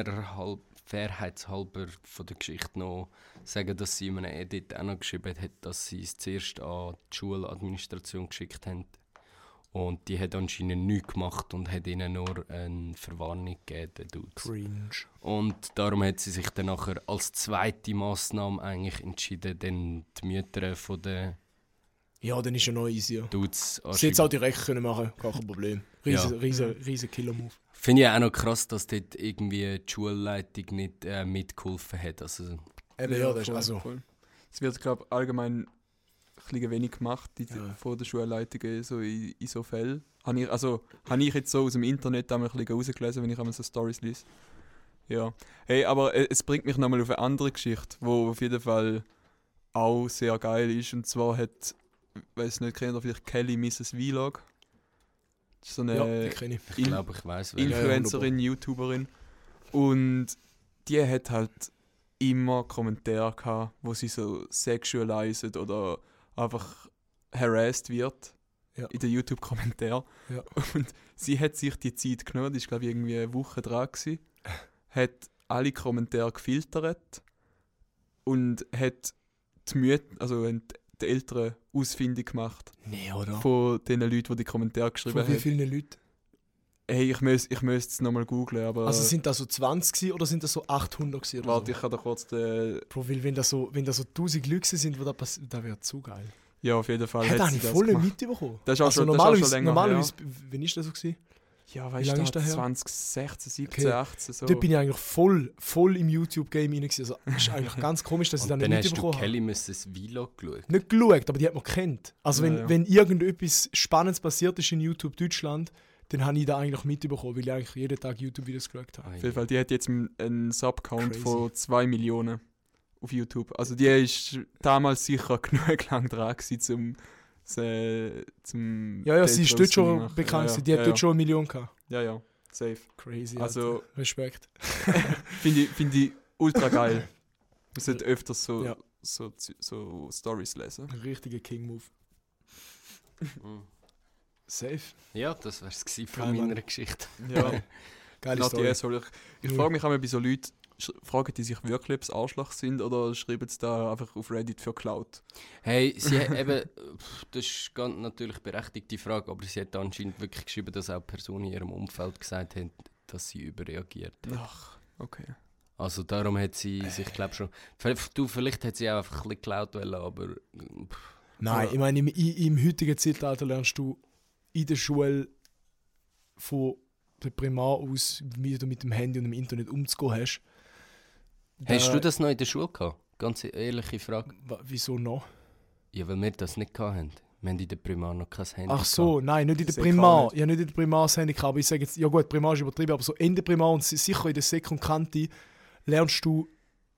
C: fairheitshalber von der Geschichte noch sagen, dass sie in einem Edit auch noch geschrieben hat, dass sie es zuerst an die Schuladministration geschickt haben. Und die hat anscheinend nichts gemacht und hat ihnen nur eine Verwarnung gegeben, den Dudes.
B: Cringe.
C: Und darum hat sie sich dann nachher als zweite Massnahme eigentlich entschieden, dann die Mütter von den
B: Ja, dann ist ja noch easy.
C: Dudes
B: Sie hätte es auch direkt können machen, gar kein Problem. Riesen Killer-Move.
C: Finde ich auch noch krass, dass dort irgendwie die Schulleitung nicht mitgeholfen hat. Also,
B: Das ist also.
A: Voll. Es wird, glaube ich, allgemein ein bisschen wenig gemacht von der Schulleitung so in so Fällen. Habe ich jetzt so aus dem Internet einmal ein bisschen rausgelesen, wenn ich einmal so Storys lese. Ja. Hey, aber es bringt mich nochmal auf eine andere Geschichte, die auf jeden Fall auch sehr geil ist. Und zwar hat, weiß nicht, kennt ihr vielleicht Kelly Mrs. Vlog? Das ist so eine
B: die kenne ich.
C: ich glaube, ich weiß
A: Influencerin, YouTuberin. Und die hat halt immer Kommentare gehabt, wo sie so sexualisiert oder einfach harassed wird in den YouTube-Kommentaren.
B: Ja.
A: Und sie hat sich die Zeit genommen, die war glaube ich irgendwie eine Woche dran gewesen, hat alle Kommentare gefiltert und hat die Eltern ausfindig gemacht.
B: Nee, oder?
A: Von den Leuten, die Kommentare geschrieben haben.
B: Von wie vielen Leuten?
A: Hey, ich müsste es nochmal googlen, aber...
B: Also sind das so 20 gewesen, oder sind das so 800 gewesen? Oder
A: warte,
B: so?
A: ich kann da kurz den...
B: Bro, weil wenn das so 1000 Leute sind, wo das passiert, das wäre zu geil.
A: Ja, auf jeden Fall.
B: Hat
A: hat
B: ich
A: sie das
B: voll
A: gemacht.
B: mitbekommen.
A: Das ist auch
B: Also
A: schon länger
B: normalerweise, wann ist das so gewesen?
A: Ja,
B: Wie
A: weißt
B: lange
A: du,
B: ist das her?
A: 2016, 17,
B: Okay.
A: 18 so.
B: Dort bin ich eigentlich voll im YouTube-Game rein gewesen. Also, es ist eigentlich ganz komisch, dass ich das
C: und
B: nicht
C: dann hast du
B: mitbekommen habe.
C: Kelly Mrs. Vlog geschaut.
B: Nicht geschaut, aber die hat man kennt. Also
A: Ja.
B: wenn irgendetwas Spannendes passiert ist in YouTube Deutschland, dann habe ich da eigentlich mitbekommen, weil ich eigentlich jeden Tag YouTube-Videos geschaut habe.
A: Auf jeden Fall, die hat jetzt einen Subcount
B: Crazy.
A: von 2 Millionen auf YouTube. Also die ist damals sicher genug lang dran gewesen, zum
B: Ja, sie ist dort
A: Dates
B: schon
A: machen.
B: bekannt.
A: Ja,
B: Die hat
A: ja,
B: dort schon 1 Million gehabt.
A: Ja, safe.
B: Crazy.
A: Also-
B: Alter. Respekt.
A: Finde ich ultra geil. Man sollte öfters
B: Ja.
A: so Stories lesen.
B: Ein richtiger King-Move.
C: Mhm.
B: Safe.
C: Ja, das wäre es
B: Geil,
C: von meiner
B: Mann.
C: Geschichte.
A: Ja,
B: Geile
A: not
B: Story.
A: the asshole. Ich frage mich einmal bei so Leuten, fragen die sich wirklich, ob es Arschloch sind oder schreiben sie da einfach auf Reddit für Cloud?
C: Hey, sie hat eben, das ist ganz natürlich berechtigte Frage, aber sie hat anscheinend wirklich geschrieben, dass auch Personen in ihrem Umfeld gesagt haben, dass sie überreagiert.
A: Ach, okay.
C: Also darum hat sie sich, glaube schon... Vielleicht hat sie auch einfach ein bisschen geklaut wollen, aber...
B: Nein, ich meine, im heutigen Zeitalter lernst du in der Schule von der Primar aus, wie du mit dem Handy und dem Internet umzugehen hast.
C: Hast du das noch in der Schule gehabt? Ganz ehrliche Frage.
B: Wieso noch?
C: Ja, weil wir das nicht hatten. Wir haben in der Primar noch kein Handy
B: Ach so, nein, nicht in der
A: Sek
B: Primar.
A: auch nicht.
B: Ja, nicht in der Primar das Handy gehabt, aber ich sage jetzt, ja gut, Primar ist übertrieben, aber so Ende Primar und sicher in der Sek und Kante hörst du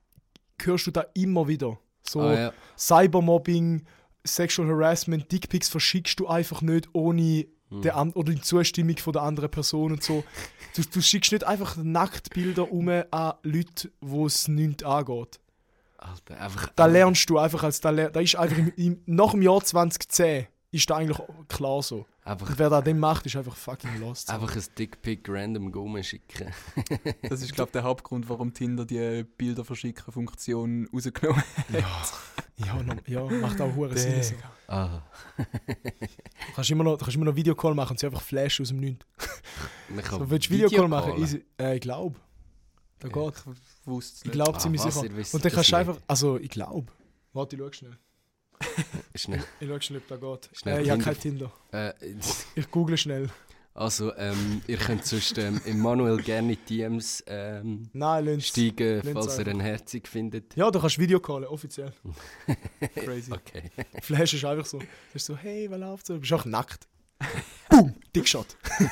B: da immer wieder. So
C: Ja.
B: Cybermobbing, Sexual Harassment, Dickpics verschickst du einfach nicht ohne oder die Zustimmung von der anderen Person und so. Du schickst nicht einfach Nacktbilder an Leute, wo es nichts angeht.
C: Alter, einfach...
B: Da lernst du einfach als... Da ist einfach nach dem Jahr 2010 ist da eigentlich klar so.
C: Einfach,
B: Und wer da den macht, ist einfach fucking lost.
C: einfach ein Dickpick random schicken.
A: Das ist, glaube ich, der Hauptgrund, warum Tinder die Bilder-verschicken-Funktion rausgenommen hat.
B: Ja, macht auch hure Sinn. So.
C: Ah.
B: Du kannst immer noch Videocall machen und sie einfach flashen aus dem Nichts.
C: Man kann
B: So, willst du Videocall machen?
C: Videocallen.
B: Ich glaube. Da geht.
A: Ich wusste es
B: Ich
A: nicht.
B: glaube ziemlich
C: was,
B: sicher.
C: ihr wisst
B: Und dann
C: das
B: kannst du
C: nicht.
B: einfach... Also, ich glaube. Warte, ich schau schnell.
C: Schnell.
B: Ich schau schnell, ob da geht.
C: Schnell
B: Ich habe
C: Tinder.
B: kein Tinder.
C: Äh,
B: Ich google schnell.
C: also, ihr könnt sonst Immanuel gerne in DMs
B: Nein, lass
C: steigen,
B: Lass
C: falls ihr
B: einfach.
C: einen Herzig findet.
B: Ja, du kannst Videocallen, offiziell.
A: Crazy.
C: Okay.
B: Flash ist einfach so. Du bist so, hey, was läuft so? Du bist auch nackt. Boom, Dickshot.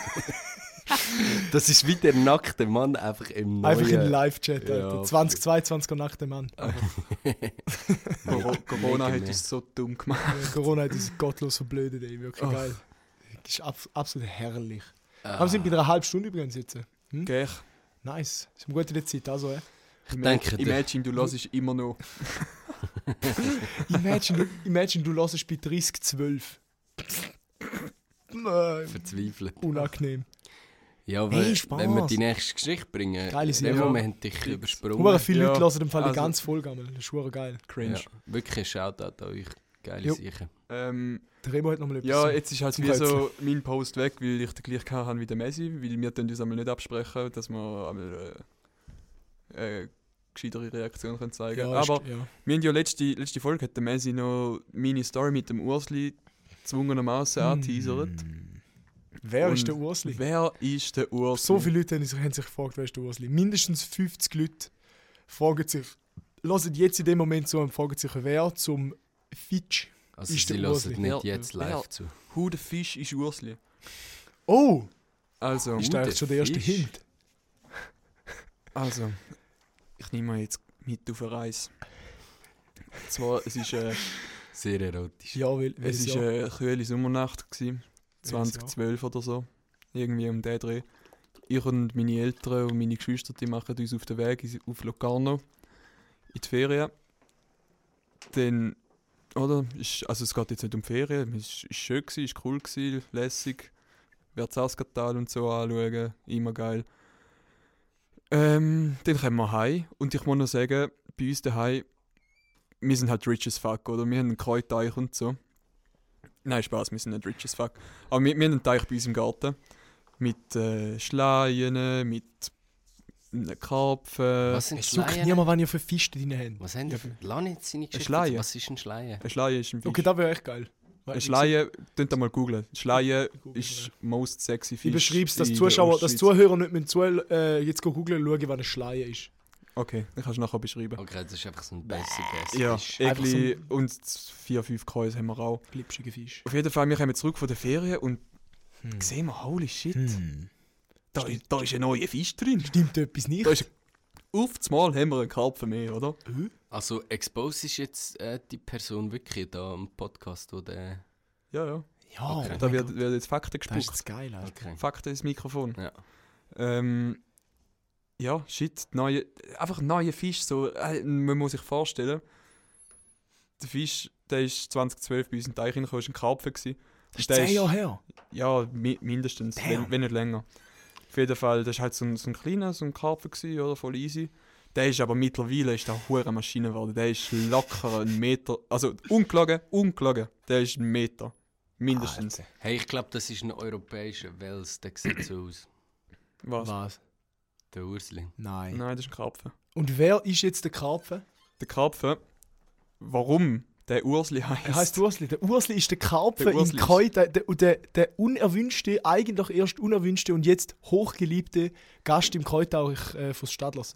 C: Das ist wie der nackte Mann einfach im neuen...
B: Einfach in Live-Chat,
C: Ja,
B: Alter. 2022er nackter Mann.
A: Corona hat
C: Mega
A: uns so dumm gemacht.
B: Corona hat uns gottlos verblödet, ey. Wirklich
A: Oh.
B: geil. Das ist absolut herrlich.
C: Ah,
B: Wir sind bei einer halben Stunde übrigens jetzt.
A: Gell?
B: Nice. Ist eine gute Zeit, also,
C: ich denke,
A: Imagine, du hörst immer noch.
B: Imagine, du hörst bei 3012. Nein,
C: verzweifelt.
B: unangenehm.
C: Ja,
B: Hey,
C: weil,
B: Spaß.
C: wenn wir die nächste Geschichte bringen,
B: Geile
C: in
B: Serie.
C: dem Moment dich übersprungen.
B: Hure viele
A: Ja,
B: Leute hören im Fall die
A: also-
B: ganze Folge einmal. Das ist hure geil.
A: Cringe.
C: Ja, wirklich ein Shoutout an euch. Geile
B: Jo.
C: Sachen.
B: Der Remo hat nochmal etwas.
A: Ja,
B: zu-
A: jetzt ist halt
B: zum
A: wie
B: Rätseln.
A: so mein Post weg, weil ich den gleichen habe wie der Messi, weil wir uns einmal nicht absprechen, dass wir einmal gescheitere Reaktion können zeigen können.
B: Ja,
A: Aber
B: ja.
A: wir haben ja letzte Folge hat der Messi noch meine Story mit dem Ursli gezwungenermaßen angeteasert.
B: Wer
A: Und
B: ist der Ursli?
A: Wer ist der Ursli?
B: So viele Leute haben sich gefragt, wer ist der Ursli. Mindestens 50 Leute fragen sich, hören jetzt in dem Moment so und fragen sich, wer zum Fitch.
C: Also
B: Ist
C: sie
B: der
C: hören
B: Ursli.
C: nicht
A: Wer-
C: jetzt
A: wer-
C: live zu.
A: Who the Fish ist Ursli?
B: Oh,
A: Also,
B: ist da
C: der
B: eigentlich schon der erste
C: Fisch.
B: Hint?
A: also, ich nehme mal jetzt mit auf eine Reise. Und zwar, es ist,
C: Sehr erotisch.
B: Ja, weil
A: es ist eine kühle Sommernacht gewesen,
B: Welches Jahr?
A: 2012 oder so. Irgendwie um den Dreh. Ich und meine Eltern und meine Geschwister, die machen uns auf den Weg auf Locarno in die Ferien. Dann, oder? Also es geht jetzt nicht um Ferien, es ist schön gewesen, ist cool gewesen, lässig. Verzasskatal und so anschauen, immer geil. Dann kommen wir heim und ich muss noch sagen, bei uns daheim, wir sind halt rich as fuck, oder? Wir haben einen Kräuteich und so. Nein, Spaß, wir sind nicht rich as fuck. Aber wir haben einen Teich bei uns im Garten. Mit Schleien, mit einem Karpfen.
C: Was sind
B: Es juckt
C: Schleien?
B: niemand, wenn ihr für Fische drin habt.
C: Was haben die? Lass nicht seine Geschichte.
A: Schleie.
C: Was ist ein Schleie?
A: Eine Schleie ist ein Fisch.
B: Okay, das wäre echt geil.
A: Eine Schleie, könnt ihr mal googlen. Schleie
B: Google,
A: ist most sexy Fisch.
B: Ich beschreibe es, dass
A: in
B: Zuschauer,
A: der
B: dass
A: Ostschweiz.
B: Zuhörer nicht müssen jetzt googeln und schauen, was eine Schleie ist.
A: Okay, dann kannst du nachher beschreiben.
C: Okay, das ist einfach so ein basic ass
A: Ja,
C: Fisch.
B: Einfach
A: Egli und 4-5 Käse haben wir auch.
B: Glitschige Fisch.
A: Auf jeden Fall, wir kommen zurück von der Ferien und sehen wir, holy shit, da ist ein neuer Fisch drin.
B: Stimmt etwas nicht?
A: Da ist auf das Mal haben wir einen Karpfen mehr, oder?
C: Also, expose ist jetzt die Person wirklich da am Podcast, wo der...
A: Ja, ja.
B: Ja,
C: Okay.
B: oh
A: Da
B: mein
A: wird
B: Gott,
A: jetzt Fakten
B: das ist
A: gespuckt.
B: das geil, Alter.
C: Okay.
A: Fakten ins Mikrofon.
C: Ja.
A: Ja, shit, einfach ein neuer Fisch. So, man muss sich vorstellen, der Fisch, der ist 2012 bei uns in den Teich reingekommen, war ein Karpfen.
B: Das ist
A: Der
B: 10
A: ist-
B: Jahre her.
A: Ja, mindestens,
B: Damn.
A: wenn nicht länger. Auf jeden Fall, das war halt so ein kleiner, so ein Karpfen gewesen, oder, voll easy. Der ist aber mittlerweile ist der hure Maschine geworden. Der ist locker einen Meter, also ungelogen, der ist 1 Meter. Mindestens.
B: Alter.
C: Hey, ich glaube, das ist ein europäischer Wels, der sieht so aus.
A: Was?
B: Was?
C: Der Ursli.
B: Nein.
A: Nein, das ist ein Karpfen.
B: Und wer ist jetzt der Karpfen?
A: Der Karpfen, warum der Ursli
B: Er
A: heisst?
B: heißt Ursli. Der Ursli ist der Karpfen
A: Der
B: im
A: Ursli
B: Koi, der unerwünschte, eigentlich erst unerwünschte und jetzt hochgeliebte Gast im Kräutauch fürs Stadlers.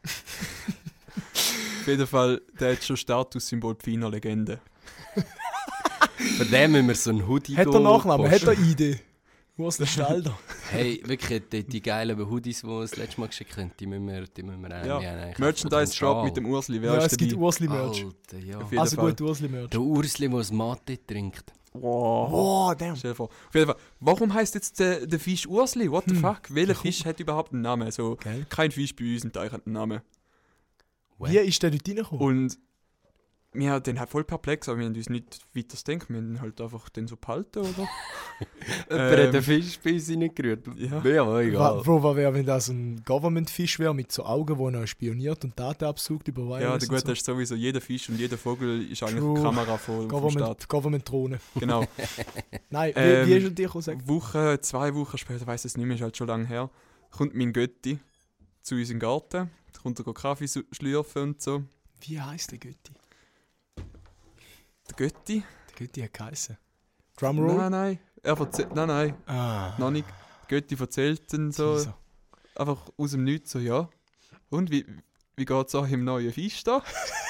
A: Auf jeden Fall, der hat schon Statussymbol Pfeiner Legende.
C: Von dem müssen wir so einen Hoodie
B: Hat er Nachnamen? Hat
C: posten.
B: er Idee? Ursli Stalder.
C: Hey, wirklich, die geilen Hoodies, die wir das letzte Mal geschickt haben, die müssen wir
A: Ja,
C: eigentlich
A: Merchandise Drop mit dem Ursli, wer
B: Ja,
A: ist
B: es gibt
A: dabei?
B: Ursli-Merch.
C: Alter, ja.
A: Auf jeden
B: Also
A: Fall.
B: gut, Ursli-Merch.
C: Der Ursli, der das Mate trinkt.
A: Wow.
B: Oh, damn.
A: Stell dir vor. Auf jeden Fall, warum heisst jetzt der Fisch Ursli? What the fuck? Welcher Fisch hat überhaupt einen Namen? Also,
B: Geil.
A: kein Fisch bei uns im Teich hat einen Namen.
B: Wie ist der dort reingekommen?
A: Und wir haben den halt voll perplex, aber wir haben uns nicht weiter gedacht. Wir haben ihn halt einfach den so behalten, oder?
C: Jemand hat den Fisch bei uns reingerührt.
A: Ja.
C: Ja, egal.
B: Wo wäre, wenn das ein Government-Fisch wäre, mit so Augen, wo er spioniert und Daten absucht über Wireless?
A: Ja, der
B: und
A: Gute
B: so.
A: ist sowieso, jeder Fisch und jeder Vogel ist eigentlich
B: True.
A: eine Kamera vom Staat.
B: Government-Drohne.
A: Genau.
B: Nein,
A: Ähm,
B: wie ist er dir gekommen?
A: Woche, 2 Wochen später, weiss es nicht mehr, ist halt schon lange her, kommt mein Götti zu uns in den Garten, kommt er Kaffee schlürfen und so.
B: Wie heisst der Götti?
A: Der Götti?
B: Der Götti hat geheißen. Drumroll?
A: Nein. Er erzählt, nein,
B: Ah.
A: noch nicht. Götti erzählt dann so,
B: Teaser.
A: einfach aus dem Nichts so, ja. Und wie geht's auch im neuen Fisch da?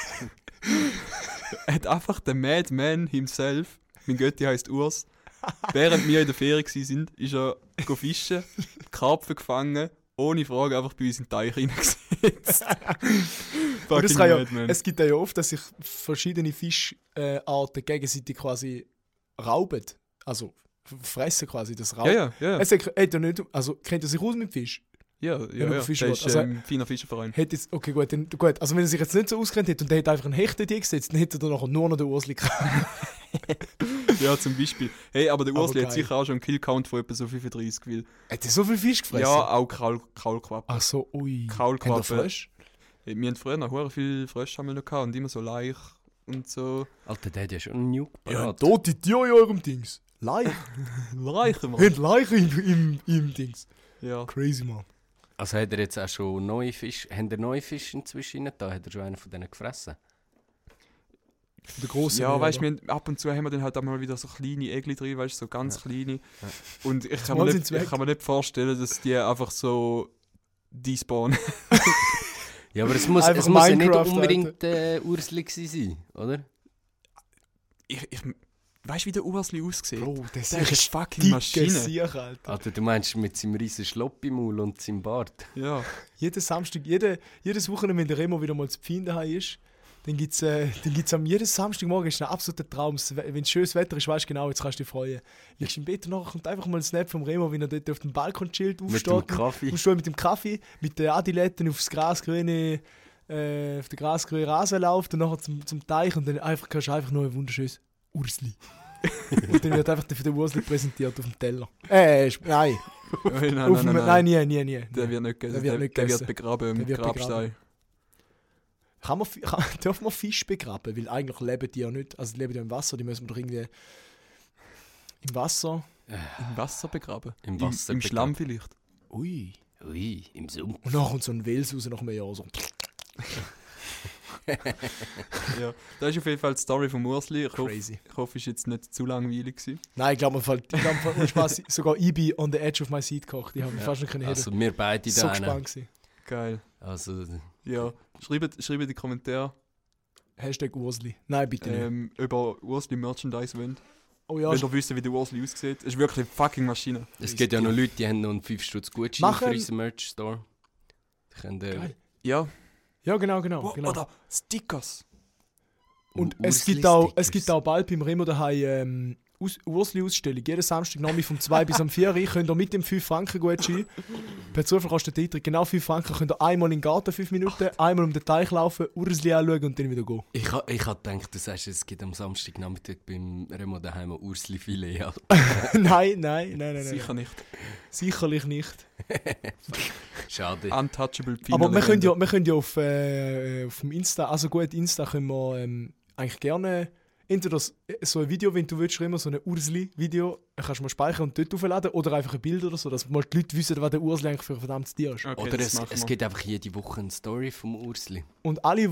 A: Hat einfach der Madman himself, mein Götti heisst Urs, während wir in der Ferien waren, ist er fischen, Karpfen gefangen, ohne Frage einfach bei uns in den Teich reingesetzt.
B: Und das
A: Fucking
B: kann ja,
A: Madman.
B: es gibt ja oft, dass sich verschiedene Fischarten gegenseitig quasi rauben. Also fressen quasi das Raub.
A: Ja.
B: Es hat er nicht, also kennt er sich aus mit Fisch?
A: Ja,
B: man Fischer
A: der ist
B: will. Also-
A: ein feiner Fischerverein.
B: Hat jetzt, okay, gut. Also wenn er sich jetzt nicht so auskennt hätte und der hätte einfach einen Hecht dort gesetzt, dann hätte er nachher nur noch den Ursli gehabt.
A: Ja, zum Beispiel. Hey, aber der
B: Aber
A: Ursli hat
B: geil.
A: sicher auch schon einen Killcount von etwa so 35, weil...
B: Hat er so viel Fisch gefressen?
A: Ja, auch Kaulquappen.
B: Ach so, ui.
A: Kaulquappen.
B: Hat er Frösche?
A: Hey, wir hatten früher noch hure viel Frösche haben wir noch gehabt und immer so Laich und so.
C: Alter, der hat ja schon einen Nuke
B: Ja,
C: parat.
B: tote Tiere in eurem Dings. Leich.
A: Leichen, Mann.
B: Habt Leiche im Dings.
A: Ja.
B: Crazy, man.
C: Also hat er jetzt auch schon neue Fische, haben er neue Fische inzwischen rein da? Hat er schon einen von denen gefressen?
B: Der grosse.
A: Ja, weißt du, ab und zu haben wir dann halt auch mal wieder so kleine Egli drin, weißt du, so ganz kleine. Und ich kann,
B: Mal
A: mir
B: sind's
A: nicht,
B: weg.
A: ich kann mir nicht vorstellen, dass die einfach so despawnen.
C: Ja, aber es muss ja nicht
B: Minecraft,
C: unbedingt Ursli gewesen sein, oder?
A: Weißt du, wie der Ursli aussieht?
B: Bro, das
A: Der ist eine
B: ist
A: fucking
B: dicke
A: Maschine.
B: Sieg, Alter.
C: Alter, du meinst mit seinem riesen Schlopp im Maul und seinem Bart?
A: Ja.
B: Jeden Samstag, jedes Wochenende, wenn der Remo wieder mal zu Pfein daheim ist, dann gibt's am jeden Samstagmorgen ist ein absoluter Traum. Wenn schönes Wetter ist, weißt du genau, jetzt kannst du dich freuen. Liegst im Bett und nachher kommt einfach mal ein Snap vom Remo, wie er dort auf dem Balkon chillt,
C: Mit
B: aufsteht.
C: dem Kaffee?
B: Aufsteht mit dem Kaffee, mit den Adiletten auf auf den grasgrünen Rasen läuft und nachher zum Teich und dann kannst du einfach nur ein wunderschönes Ursli. Und dann wird einfach der Ursli präsentiert auf dem Teller. Nein.
A: Nein.
B: Nie.
A: Der wird nicht gegessen.
B: Der wird nicht gegessen.
A: begraben im
B: Der wird
A: Grabstein.
B: Dürfen wir Fisch begraben? Weil eigentlich leben die ja nicht. Also die leben ja im Wasser, die müssen wir doch irgendwie im Wasser.
A: Im Wasser begraben?
C: Im Wasser
A: Im
C: begraben.
A: Schlamm vielleicht?
B: Ui.
C: Ui, im Sumpf.
B: Und dann kommt so ein Wels raus nach einem Jahr. So.
A: Ja. Das ist auf jeden Fall die Story vom Ursli.
B: Crazy.
A: Ich hoffe, es war jetzt nicht zu langweilig gewesen.
B: Nein, ich glaube, Spaß, sogar ich bin on the edge of my seat gekocht. Ich habe mich fast nicht können
C: Also wir beide
B: so
C: da.
B: gespannt gewesen.
A: Geil.
C: Also,
A: Ja. Schreibt in die Kommentare,
B: Hashtag Ursli. Nein, bitte nicht.
A: über Ursli Merchandise wollt.
B: Oh ja,
A: Wenn ihr wisst, wie der Ursli aussieht. Es ist wirklich eine fucking Maschine.
C: es gibt ja noch Leute, die haben noch einen 5 Stutz Gutschein
B: Machen-
C: für unseren Merch-Store. Die können
B: Geil.
A: Ja.
B: ja, genau.
A: Oder Stickers.
B: Und es gibt auch bald beim Remo daheim Ursli-Ausstellung. Jeden Samstagnachmittag vom 2 bis am 4 Uhr könnt ihr mit dem 5-Franken-Gutschein, per Zufall kostet der Eintritt genau 5 Franken, könnt ihr einmal in den Garten 5 Minuten, einmal um den Teich laufen, Ursli anschauen und dann wieder gehen.
C: Ich hab gedacht, du sagst, es gibt am Samstagnachmittag beim Remo daheim ein Ursli-Filet. Ja.
B: Nein.
A: Sicher nicht.
B: Sicherlich nicht.
C: Schade.
A: Untouchable
B: Aber wir können ja auf dem Insta, also gut, Insta können wir eigentlich gerne entweder so ein Video, wenn du willst, immer so ein Ursli-Video, kannst du mal speichern und dort aufladen oder einfach ein Bild oder so, dass mal die Leute wissen, was der Ursli eigentlich für ein verdammtes Tier ist.
A: Okay,
C: Oder
A: das
C: es
A: machen wir.
C: gibt einfach jede Woche eine Story vom Ursli.
B: Und alle,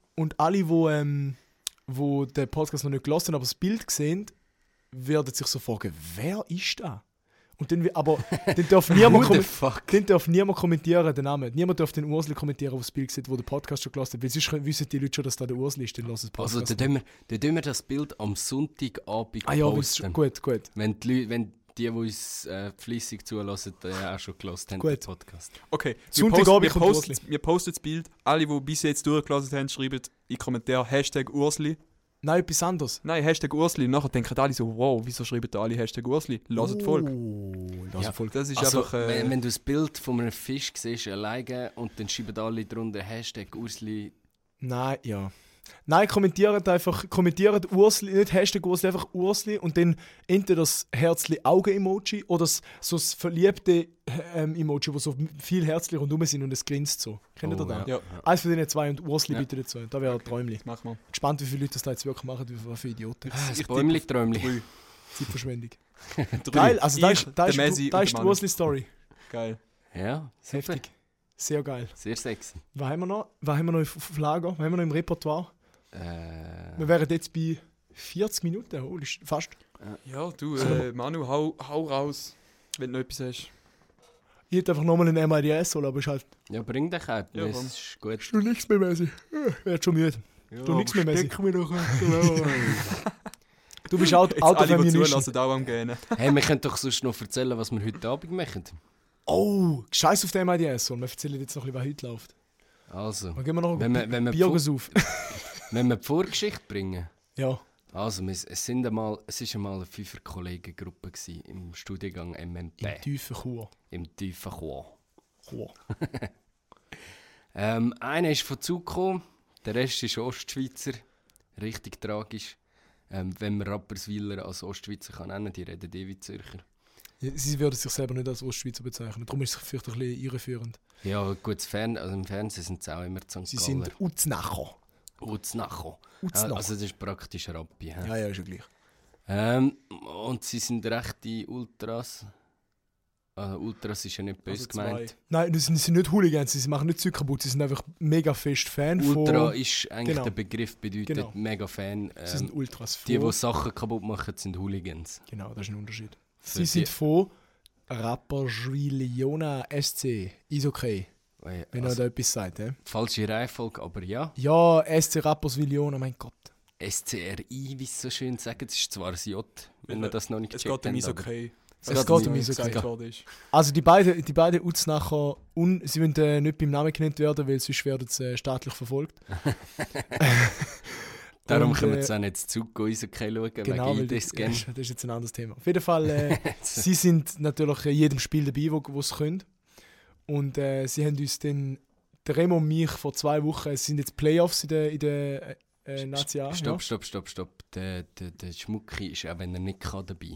B: wo den Podcast noch nicht gelassen haben, aber das Bild sehen, werden sich so fragen, wer ist da? Und dann, aber dann darf niemand,
C: Who the fuck?
B: dann darf niemand kommentieren, den Namen. Niemand darf den Ursli kommentieren, der das Bild sieht, wo der Podcast schon gelassen hat. Weil sonst wissen die Leute schon, dass da der Ursli ist, dann lassen sie den
C: Also
B: Podcast.
C: dann tun wir das Bild am Sonntagabend
B: Ah ja,
C: posten.
B: gut.
C: Wenn die uns fleissig zulassen, auch schon gelassen haben,
B: Gut.
C: den Podcast.
A: Okay,
B: Sonntagabend kommt Ursli.
A: wir posten das Bild. Alle, die bis jetzt durchgelassen haben, schreiben in die Kommentare Hashtag Ursli.
B: Nein, etwas anderes.
A: Nein, Hashtag Ursli. Nachher denken alle so, wow, wieso schreiben da alle Hashtag Ursli? Lasst Volk.
B: Das Volk.
A: Das ist
C: Also,
A: einfach...
C: wenn du das Bild von einem Fisch siehst, alleine, und dann schreiben alle drunter Hashtag Ursli
B: Nein, ja. Nein, kommentiert Ursli, nicht Hashtag Ursli, einfach Ursli und dann entweder das Herzli-Augen-Emoji oder das verliebte Emoji, wo so viel Herzli rundherum sind und es grinst so. Kennt ihr das?
A: Ja,
B: Eins von denen zwei und Ursli bitte dazu. Da wäre ein Träumli.
A: mach mal.
B: Gespannt, wie viele Leute das da jetzt wirklich machen, was für Idioten.
C: Das Bäumli-Träumli.
B: Zeitverschwendung. Geil, also da ist die Ursli-Story.
A: Geil.
C: Ja, super.
B: Heftig. Sehr geil.
C: Sehr sexy.
B: Was haben wir noch? Was haben wir noch auf Lager? Was haben wir noch im Repertoire? Wir wären jetzt bei 40 Minuten. Oh, fast.
A: Ja, du, Manu, hau raus, wenn du noch etwas hast.
B: Ich hätte einfach nochmal einen MIDS holen, aber ist halt...
C: Ja, bring dich ab.
A: Ja,
C: Das
A: komm.
C: ist gut.
B: Du nichts mehr, Messi. Werd schon müde. Du nichts mehr, Messi. Du bist auch
A: Jetzt alle, die
B: Autofeminist.
A: zulassen, auch am Gähnen.
C: Hey, wir können doch sonst noch erzählen, was wir heute Abend machen.
B: Oh, scheiß auf den MIDS. Und wir erzählen jetzt noch ein bisschen, was heute läuft.
C: Also,
B: Dann gehen wir noch
C: wenn wir
B: Bier auf.
C: wenn wir die Vorgeschichte bringen.
B: Ja.
C: Also, es war einmal eine 5er-Kollegengruppe im Studiengang MMP.
B: Im tiefen Chur.
C: Im tiefen Chur.
B: Chur.
C: Einer ist von Zug gekommen, der Rest ist Ostschweizer. Richtig tragisch. Wenn man Rapperswiler als Ostschweizer kann nennen, die reden wie Zürcher.
B: Ja, sie würden sich selber nicht als Ostschweizer bezeichnen. Darum ist es vielleicht ein bisschen irreführend.
C: Ja, gut, im Fernsehen sind sie auch immer St.
B: Sie
C: Galler.
B: sind Uznacher.
C: Uznacho.
B: Uznacho.
C: Also das ist praktisch Rappi. He?
B: Ja, ist ja gleich.
C: Und sie sind rechte Ultras. Ultras ist ja nicht böse
A: Also zwei.
C: gemeint.
B: Nein, das sind nicht Hooligans, sie machen nicht Zeug kaputt, sie sind einfach mega fest Fan
C: Ultra
B: von...
C: ist eigentlich
B: Genau.
C: der Begriff, bedeutet
B: Genau.
C: mega Fan.
B: Sie sind Ultras von...
C: Die Sachen kaputt machen, sind Hooligans.
B: Genau, das ist ein Unterschied.
C: Für
B: Sie sind
C: die-
B: von Rapperswil-Jona SC. Ist okay, wenn er da etwas sagt.
C: Falsche Reihenfolge, aber ja.
B: Ja, SC Rapperswil-Jona, mein Gott.
C: SCRI, wie sie so schön sagen, es ist zwar ein J, wenn wir das noch nicht
A: Es
C: gecheckt
A: geht um
C: haben. aber-
A: Eishockey.
B: Es geht um
A: gesagt
B: Eishockey.
A: worden ist.
B: Also die beiden Uznacher, sie müssen nicht beim Namen genannt werden, weil sonst werden sie staatlich verfolgt.
C: Darum
B: Und,
C: können wir jetzt auch nicht zu Eishockey schauen,
B: Genau, weil
C: wegen
B: das
C: ID-Scan.
B: ist jetzt ein anderes Thema. Auf jeden Fall, sie sind natürlich in jedem Spiel dabei, wo sie können. Und sie haben uns dann, der Remo und mich vor 2 Wochen, es sind jetzt Playoffs in der Nazi A.
C: Stopp. Der Schmucki ist auch, wenn er nicht kann, dabei.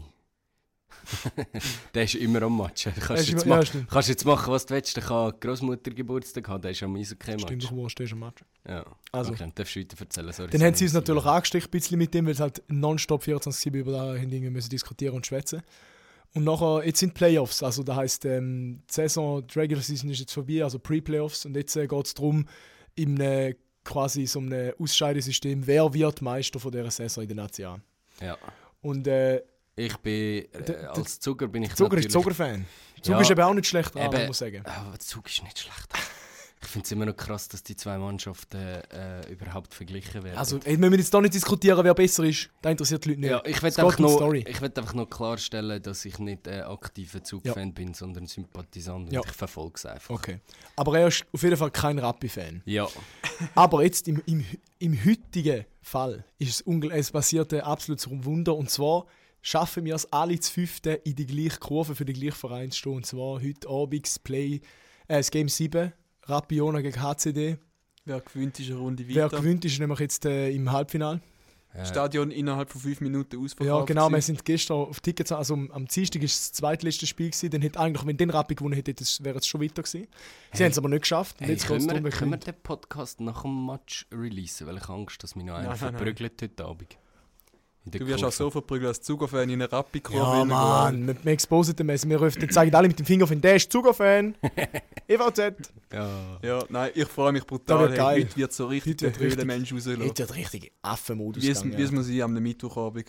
C: Der ist immer am Matchen. Kannst du jetzt machen, was du willst. Der kann Großmutter Geburtstag haben, der ist am Eishockey-Match.
B: Stimmt, doch wurscht, der ist am Match.
C: Ja.
B: Also.
C: Okay, darfst du weiter erzählen. Sorry,
B: Dann haben sie uns natürlich angesteckt ein bisschen mit dem, weil sie halt nonstop 24/7 über da haben müssen diskutieren und schwätzen. Und nachher, jetzt sind Playoffs, also das heisst, die Saison, die Regular Season ist jetzt vorbei, also Pre-Playoffs, und jetzt geht es darum, in quasi so einem Ausscheidesystem, wer wird Meister von dieser Saison in der Nazi A.
C: Ja.
B: Und
C: Ich bin, als Zucker bin ich
B: Zucker ist
C: natürlich...
B: Zucker-Fan. Zucker
C: Ja.
B: ist eben auch nicht schlecht dran,
C: Eben.
B: muss ich sagen.
C: Aber Zug ist nicht schlecht. Ich finde es immer noch krass, dass die zwei Mannschaften überhaupt verglichen werden.
B: Also, wir müssen jetzt hier nicht diskutieren, wer besser ist. Das interessiert die Leute nicht.
C: ja, ich will
B: Es geht um die Story.
C: einfach noch klarstellen, dass ich nicht aktiver Zug-Fan bin, sondern Sympathisant. Und
B: Ja.
C: ich verfolge es einfach.
B: Okay. Aber er ist auf jeden Fall kein Rappi-Fan.
C: Ja.
B: Aber jetzt im heutigen Fall ist es passiert ein absolutes Wunder. Und zwar schaffen wir es alle zu 5. in die gleiche Kurve für den gleichen Verein zu stehen. Und zwar heute Abend das Game 7, Rappi-Jona gegen HCD.
A: Wer gewinnt, ist eine Runde
B: Wer
A: weiter.
B: gewinnt, ist nämlich jetzt im Halbfinale.
A: Stadion innerhalb von 5 Minuten ausverkauft.
B: Ja, genau. Wir
A: gewesen.
B: sind gestern auf Tickets, also am Dienstag war das zweitletzte Spiel gewesen. Dann hätte eigentlich, wenn den Rappi gewonnen hätte, wäre es schon weiter gewesen. Sie haben es aber nicht geschafft. Und
C: Hey,
B: jetzt geht's darum, wer
C: können wir
B: gewinnt.
C: den Podcast nach dem Match releasen? Weil ich habe Angst, dass mich noch einer
A: Nein, nein,
C: verprügelt heute Abend. In der
A: Du wirst auch
C: Kurve.
A: so verprügelt als Zuger-Fan in eine Rappi-Kurve.
B: Ja,
A: reingehen.
B: Mann, wir exposen den Messi. Wir zeigen alle mit dem Finger auf den, der ist Zuger-Fan. EVZ.
C: Ja.
A: Ja, nein, ich freue mich
B: Das
A: brutal.
B: wird
A: Hey,
B: geil.
A: heute wird so richtig
B: Heute wird
A: der
B: richtig-
A: Höhlenmensch rauslassen.
B: Jetzt wird richtig Affenmodus
A: Wie es
B: gegangen.
A: muss sein am Mittwochabend.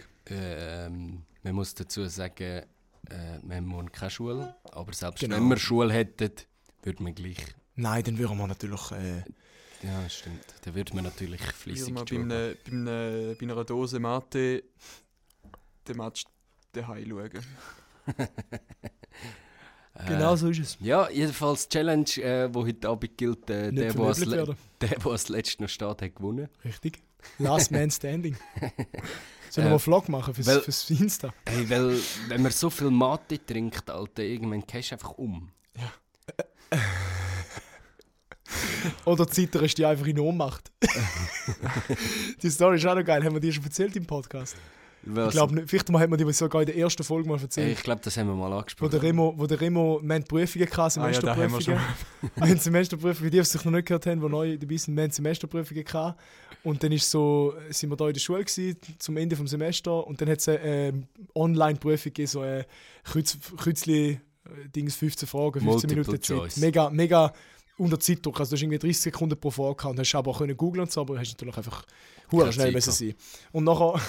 C: Man muss dazu sagen, wir haben morgen keine Schule. Aber selbst
B: Genau.
C: wenn wir Schule hätten, würde man gleich...
B: Nein, dann würden wir natürlich...
C: Ja, stimmt. Dann würde man natürlich
A: Wie
C: fleissig
A: man
C: joggen.
A: bei einer Dose Mate den Match daheim schauen.
B: genau so ist es.
C: Ja, jedenfalls die Challenge, die heute Abend gilt, der,
B: Nicht
C: der als
B: vermöbelt werden.
C: als letzter noch steht, hat gewonnen.
B: Richtig. Last Man Standing. Sollen wir
C: Äh,
B: einen Vlog machen
C: weil-
B: fürs Insta?
C: Hey, weil, wenn man so viel Mate trinkt, Alter, irgendwann gehst du einfach um.
B: Oder zitterst du einfach in Ohnmacht. Die Story ist auch noch geil. Haben wir die schon erzählt im Podcast? Ich glaube nicht. Vielleicht hat man die sogar in der ersten Folge mal erzählt.
C: Ich glaube, das haben wir mal
B: Wo
C: angesprochen.
B: der Remo, wir haben Prüfungen gehabt, Semesterprüfungen. Wir haben Semesterprüfungen, die es sich noch nicht gehört haben, die neu dabei sind, wir haben Semesterprüfungen gehabt. Und dann sind wir da in der Schule gewesen, zum Ende des Semesters. Und dann hat es eine Online-Prüfung gegeben, so ein Kürzli, 15 Fragen, 15
C: Multiple
B: Minuten
C: Choice.
B: Zeit. Mega unter Zeitdruck. Also du hast irgendwie 30 Sekunden pro Frage gehabt und hast aber auch googeln und so, aber hast natürlich einfach
C: Keine
B: schnell
C: Zeit
B: müssen sein. Und nachher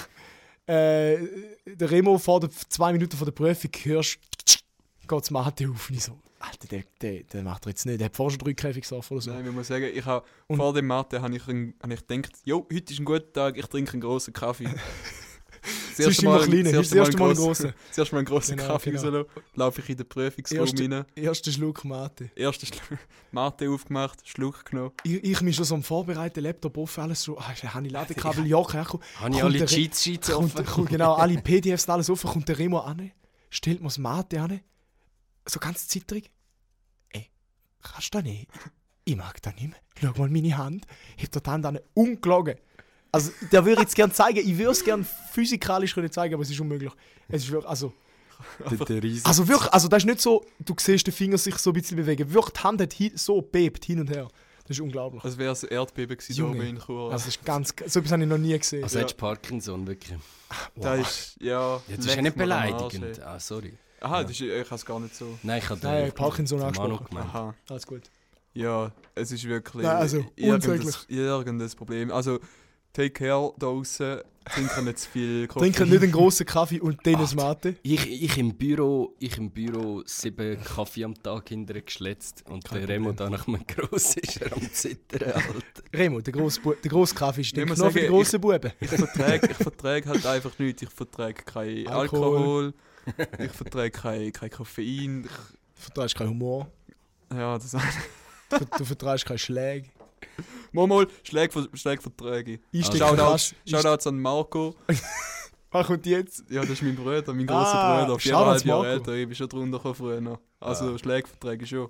B: der Remo vor 2 Minuten vor der Prüfung hörst, geht das Mathe auf. Und ich so, Alter, der macht er jetzt nicht. Der hat vorher schon 3 Käfige gesoffen oder so.
A: Nein, ich muss sagen, vor dem Mathe habe ich gedacht, jo, heute ist ein guter Tag, ich trinke einen grossen Kaffee.
B: Das ist immer kleiner, das erste Mal einen grossen.
A: Das erste Mal einen grossen
B: Genau,
A: Kaffee
B: genau.
A: rauslassen. Laufe ich in den Prüfungsraum rein.
B: Erster Schluck Mate.
A: Erster Mate aufgemacht, Schluck genommen.
B: Ich bin schon so am Vorbereiten, Laptop offen, alles so. Habe ich Ladekabel, Jacke.
C: Habe ich alle Cheat-Sheets offen?
B: Genau, alle PDFs und alles offen. Kommt der Remo an, stellt mir das Mate an. So ganz zitterig. Kannst du das nicht? Ich mag das nicht mehr. Schau mal meine Hand. Ich habe die Hand an, ungelogen. Also, der würde ich jetzt gerne zeigen. Ich würde es gerne physikalisch zeigen, aber es ist unmöglich. Es ist wirklich, also wirklich, also das ist nicht so, du siehst den Finger sich so ein bisschen bewegen. Wirklich, die Hand hat so bebt hin und her. Das ist unglaublich.
A: Als wäre es ein Erdbeben gewesen,
B: Junge.
A: oben in Chur.
B: Also, das ist ganz, so etwas habe ich noch nie gesehen.
C: Also
A: Ja.
C: hättest du Parkinson, wirklich.
A: Das ist, ja...
C: Ja, das ist ja nicht
A: leck mir am Arsch,
C: beleidigend.
A: ey.
C: Sorry.
A: Aha, das ist, ich habe es gar nicht so...
C: Nein, ich habe
B: Nein, Parkinson
C: den Manu
B: angesprochen.
C: gemeint.
A: Aha.
B: Alles gut.
A: Ja, es ist wirklich
B: Nein, also, unsäglich.
A: irgendein Problem. Also, take care da draussen, trinken nicht zu viel
B: Trinken nicht einen grossen Kaffee und dann ein Mate.
C: Ich im Büro 7 Kaffee am Tag hinterher geschletzt und
B: Kein
C: der Remo
B: Problem.
C: da nach einem Gross ist er am Zittern, Alter.
B: Remo, der grosse Kaffee ist
A: Ich muss
B: nur für die
A: sagen,
B: grossen Buben.
A: Ich verträge halt einfach nichts. Ich verträge kein
B: Alkohol.
A: Alkohol, ich verträge kein Koffein.
B: Du verträgst keinen Humor,
A: Ja, das
B: du verträgst keinen Schläge.
A: Mal, Schläge verträge ich. Shoutouts an Marco.
B: Was kommt jetzt?
A: Ja, das ist mein Bruder, mein grosser Bruder. 4,5
B: Shoutouts
A: Jahre
B: Marco.
A: älter. Ich bin schon drunter gekommen früher. Also Schläge verträge ich schon.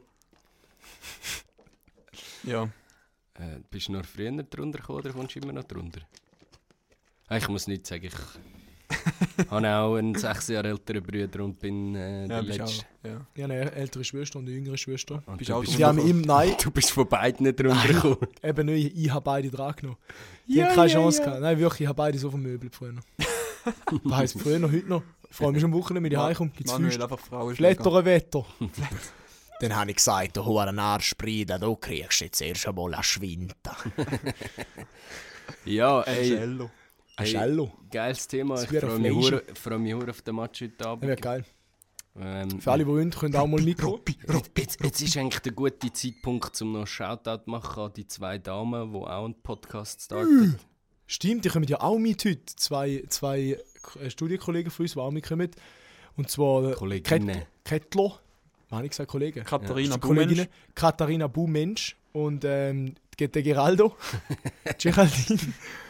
A: Ja.
C: Bist du noch früher drunter gekommen oder kommst du immer noch drunter? Ich muss nicht sagen, ich habe auch einen 6 Jahre älteren Bruder und bin der
A: bist
C: Letzte.
A: auch, ja.
B: Ich habe eine ältere Schwester und eine jüngere Schwester.
C: Und
A: Bist
C: du
A: auch
C: bist
B: Die haben ihm, nein,
C: Du bist von beiden nicht drunter gekommen.
B: eben nicht, ich habe beide dran genommen. Die haben keine Chance gehabt. Nein, wirklich, ich habe beide so vermöbelt früher. Was heisst früher noch, heute noch? Ich freue mich schon am Wochenende, wenn ich heimkomme, gibt es
A: Manuel,
B: Füße.
A: einfach Frauen
B: Flatteren Wetter. Dann habe ich gesagt, du hoher Arschbride, du kriegst jetzt erst einmal einen Schwinter.
C: Ja,
A: Ein
C: ey,
A: Cello.
B: Ein
C: Hey.
B: Cello.
C: geiles Thema.
B: Das
C: Ich
B: wäre
C: freue mich
B: Fleisch.
C: hure auf den Match heute
B: Das
C: Abend.
B: wäre geil.
C: Ähm,
B: Für alle, die wollen, können auch mal mitkommen.
C: Jetzt ist eigentlich der gute Zeitpunkt, um noch einen Shoutout zu machen an die 2 Damen, die auch einen Podcast starten.
B: Stimmt, die kommen ja auch mit heute. Zwei Studienkollegen von uns, die auch mitkommen. Und zwar
C: Kolleginnen.
B: Kettler. Was habe ich gesagt, Kollegen?
A: Katharina
B: Kolleginnen. Katharina Bumensch und der Geraldo. Geraldine.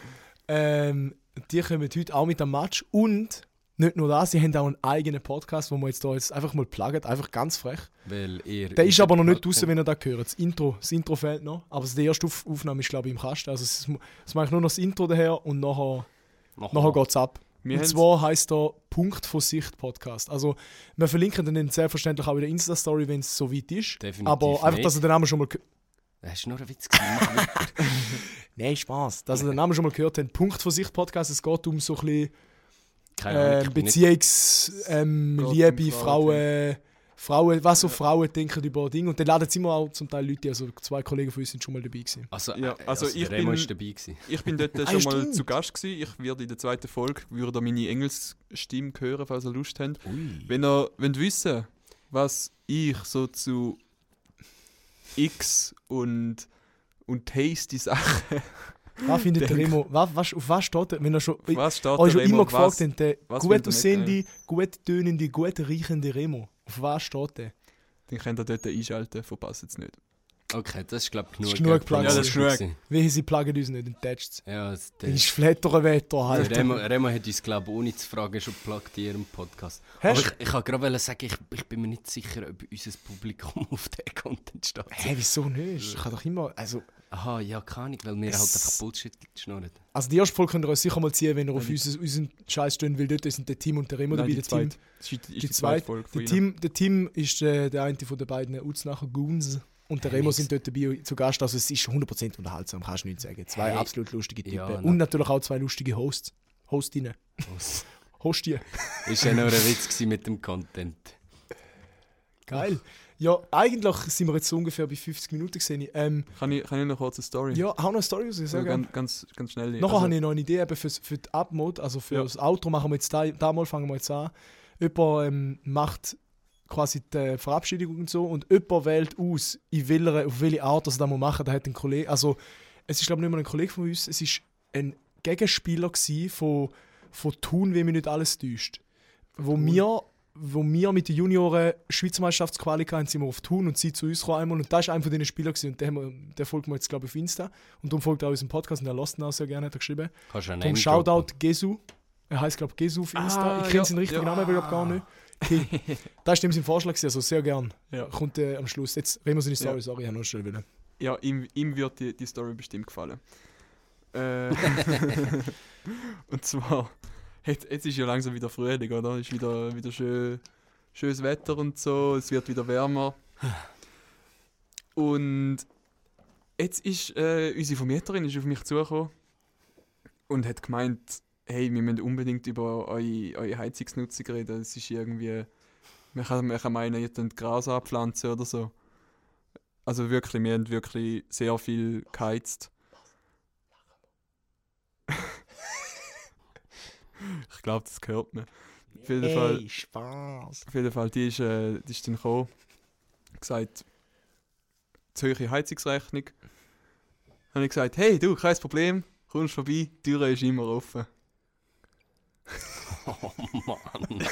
B: Die kommen heute auch mit am Match. Und nicht nur das, sie haben auch einen eigenen Podcast, den wir jetzt hier jetzt einfach mal pluggen. Einfach ganz frech.
C: Weil ihr
B: Der ist aber noch nicht draußen, wenn ihr das hört. Das Intro fehlt noch. Aber die erste Aufnahme ist, glaube ich, im Kasten. Also es mache ich nur noch das Intro daher und nachher geht es ab.
A: Wir
B: Und
A: haben's-
B: zwar heisst der Punkt von Sicht Podcast. Also wir verlinken dann selbstverständlich auch in der Insta-Story, wenn es so weit ist.
C: Definitiv
B: Aber einfach,
C: nicht.
B: dass ihr den Namen schon mal...
C: Das ist nur ein Witz gewesen. Mach weiter.
B: Nein, Spaß. Dass ihr den Namen schon mal gehört habt. Punkt von Sicht Podcast. Es geht um so ein bisschen
C: Keine Ahnung, ich bin nicht-
B: Beziehungs-,
A: um
B: Liebe,
A: Frauen.
B: Frauen, was so Frauen denken über Dinge. Und dann laden sie immer auch zum Teil Leute, also 2 Kollegen von uns sind schon mal dabei gewesen.
C: Also,
A: Ja, also ich
C: der Remo
A: bin-
C: ist dabei gewesen.
A: Ich bin dort
B: Ah,
A: schon
B: ja,
A: mal
B: stimmt.
A: zu Gast gewesen. Ich werde in der 2. Folge würde meine Engelsstimme hören, falls ihr Lust habt. Wenn ihr wollt wissen, was ich so zu X und tasty Sachen,
B: Was findet der
A: Denk-
B: Remo? Auf was steht er? Wenn er schon...
A: was steht
B: euch schon
A: Remo,
B: immer gefragt
A: was-
B: habt, der
A: was
B: gut
A: findet ihr
B: aussehende,
A: nicht
B: gut tönende, gut riechende Remo. Auf was steht der?
A: dann könnt ihr dort einschalten, verpasst es nicht.
C: Okay, das ist glaube ich
B: ist genug Platz.
A: Ja, das ist genug.
B: Wie sie plagen uns nicht, entdeckt.
C: Ja,
B: Das ist Flatterwetter halt.
C: Remo hat uns, glaube ich, ohne zu fragen, schon plagt in ihrem Podcast.
B: Hast
C: Aber ich wollte gerade sagen, ich bin mir nicht sicher, ob unser Publikum auf den Content steht.
B: Hä, wieso nicht? Ich kann doch immer...
C: Aha, ja, keine Ahnung, weil wir halt einfach Bullshit schnurren.
B: Also die erste Folge könnt ihr euch sicher mal ziehen, wenn ihr auf unseren Scheiß stehen will. Dort sind der Tim und der Remo dabei.
A: Die zweite. Das ist die zweite Folge von
B: der Tim ist der eine von den beiden Uznacher Goons. Und der Remo sind dort dabei zu Gast. Also es ist 100% unterhaltsam, kannst du nicht sagen. Zwei absolut lustige Typen.
C: Ja,
B: und natürlich auch zwei lustige Hostinnen. Hostien.
C: Ist ja nur ein Witz gewesen mit dem Content.
B: Geil. Ja, eigentlich sind wir jetzt so ungefähr bei 50 Minuten gesehen.
A: Kann ich noch kurz eine Story?
B: Ja, hau noch eine Story raus, ich sage.
A: Ganz schnell.
B: Nachher habe ich noch eine Idee eben für die Upmode, also für das Outro machen wir jetzt da mal, fangen wir jetzt an. Jemand macht quasi die Verabschiedung und so und jemand wählt aus, auf welche Art er das machen muss. Da hat ein Kollege, also es ist glaube ich nicht mehr ein Kollege von uns, es ist ein Gegenspieler von Thun, wie mich nicht alles täuscht. Wo wir mit den Junioren Schweizer Meisterschaftsquali hatten, sind wir auf Thun und sie zu uns kamen einmal und das war einer von diesen Spielern und der folgt mir jetzt glaube ich auf Insta und darum folgt er auch unserem Podcast und der lässt ihn auch sehr gerne, hat er geschrieben. Darum Shoutout Gesu, er heisst glaube ich Gesu auf Insta, ich kenne seinen richtigen Namen aber gar nicht. Okay. Das war sein Vorschlag, also sehr gern. Ja. Kommt am Schluss. Jetzt reden wir seine Story, sorry, ich habe noch schnell wollen.
A: Ja, ihm wird die Story bestimmt gefallen. Und zwar, jetzt ist ja langsam wieder Frühling, oder? Es ist wieder schönes Wetter und so, es wird wieder wärmer. Und jetzt ist unsere Vermieterin auf mich zugekommen und hat gemeint, hey, wir müssen unbedingt über eure Heizungsnutzung reden. Es ist irgendwie, man kann meinen, ihr könnt Gras anpflanzen oder so. Also wirklich, wir haben wirklich sehr viel geheizt. Ich glaube, das gehört mir. Auf jeden Fall,
B: Spaß.
A: Auf jeden Fall, die ist dann gekommen, gesagt, zu hohe Heizungsrechnung. Habe ich gesagt, hey du, kein Problem, kommst vorbei, die Tür ist immer offen.
C: Oh Mann,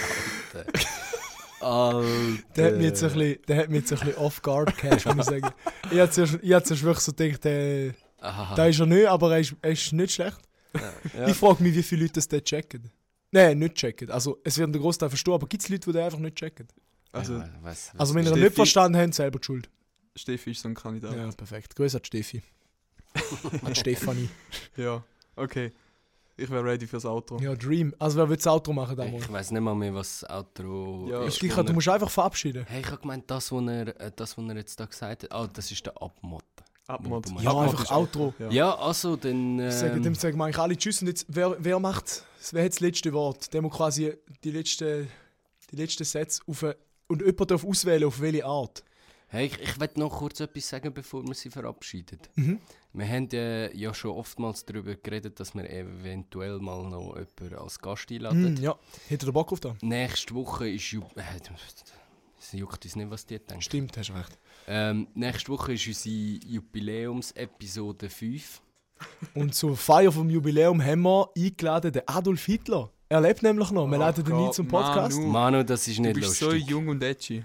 C: Alter.
B: Der hat mich jetzt ein bisschen off guard catch, muss ich sagen. Ich habe zuerst wirklich so gedacht, da ist er nicht, aber er ist nicht schlecht. Ja. Ich frage mich, wie viele Leute das checken. Nein, nicht checken. Also es wird ein Großteil verstehen, aber gibt es Leute, die das einfach nicht checken? Also wenn ihr nicht verstanden habt, selber die Schuld.
A: Steffi ist so ein Kandidat.
B: Ja, perfekt. Grüß an Steffi. An Stefanie.
A: Ja, okay. Ich wäre ready fürs Outro.
B: Ja, Dream. Also wer will das Outro machen damals?
C: Ich weiss nicht mal mehr, was das Outro ist.
B: Du musst einfach verabschieden.
C: Hey, ich habe gemeint, das, was er jetzt da gesagt hat, das ist der Abmod.
B: Ja, einfach Outro.
C: Ja, also dann...
B: Dem sagen wir eigentlich alle Tschüss und jetzt, wer hat das letzte Wort? Der muss quasi die letzten Sätze und jemand darf auswählen, auf welche Art.
C: Hey, ich will noch kurz etwas sagen, bevor wir sie verabschieden.
B: Mhm.
C: Wir haben ja schon oftmals darüber geredet, dass wir eventuell mal noch jemanden als Gast einladen.
B: Ja, hättet ihr Bock auf das?
C: Nächste Woche ist es juckt uns nicht, was die denken.
B: Stimmt, hast recht.
C: Nächste Woche ist unsere Jubiläumsepisode 5.
B: Und zur Feier vom Jubiläum haben wir eingeladen den Adolf Hitler. Er lebt nämlich noch. Wir laden ihn nie zum Podcast.
C: Manu, das ist nicht lustig.
A: Du bist so jung und edgy.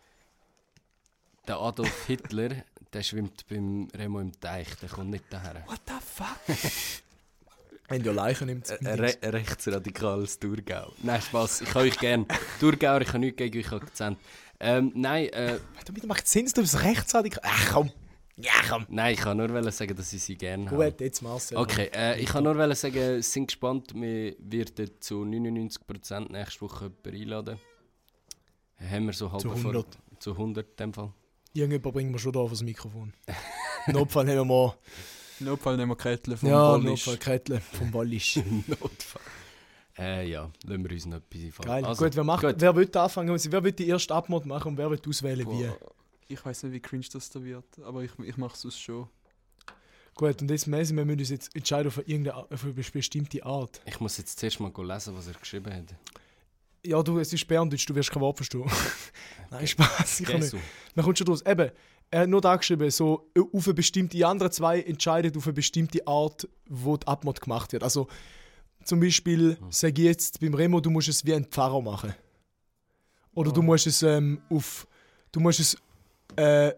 C: Der Adolf Hitler, der schwimmt beim Remo im Teich, der kommt nicht daher.
B: What the fuck? Wenn du Leichen nimmst.
C: Rechtsradikales Thurgau. Nein, Spaß, ich habe euch gern. Thurgauer, ich habe nichts gegen euch Akzent. Nein,
B: damit macht Sinn, dass du das Rechtsradikal... Ach komm. Ja, komm.
C: Nein, ich kann nur sagen, dass ich sie gerne habe.
B: Gut, jetzt Marcel.
C: Okay, ich kann nur sagen, sind gespannt. Wir werden zu 99% nächste Woche jemanden einladen. Haben wir so halb
B: zu 100.
C: Zu 100 in dem Fall.
B: Irgendjemand bringen wir schon da auf das Mikrofon. Notfall nehmen wir...
A: Notfall nehmen wir Krettle vom
B: Wallisch.
A: Ja,
B: Notfall Krettle vom Wallisch.
C: Notfall. Ja, lassen wir uns noch etwas einfallen.
B: Geil, also, gut, wer will anfangen? Wer will die erste Abmod machen und wer will auswählen wie?
A: Ich weiß nicht, wie cringe das da wird, aber ich mache es sonst schon.
B: Gut, und jetzt wir müssen uns jetzt entscheiden auf eine bestimmte Art.
C: Ich muss jetzt zuerst mal lesen, was er geschrieben hat.
B: Ja, es ist Berndeutsch, du wirst kein Wort verstehen. Nein, Spaß, ich kann nicht. Man kommt schon draus. Eben, er hat nur da geschrieben, so auf eine bestimmte, die anderen zwei entscheiden auf eine bestimmte Art, wo die Abmod gemacht wird. Also zum Beispiel, sage ich jetzt beim Remo, du musst es wie ein Pfarrer machen. Oder du musst es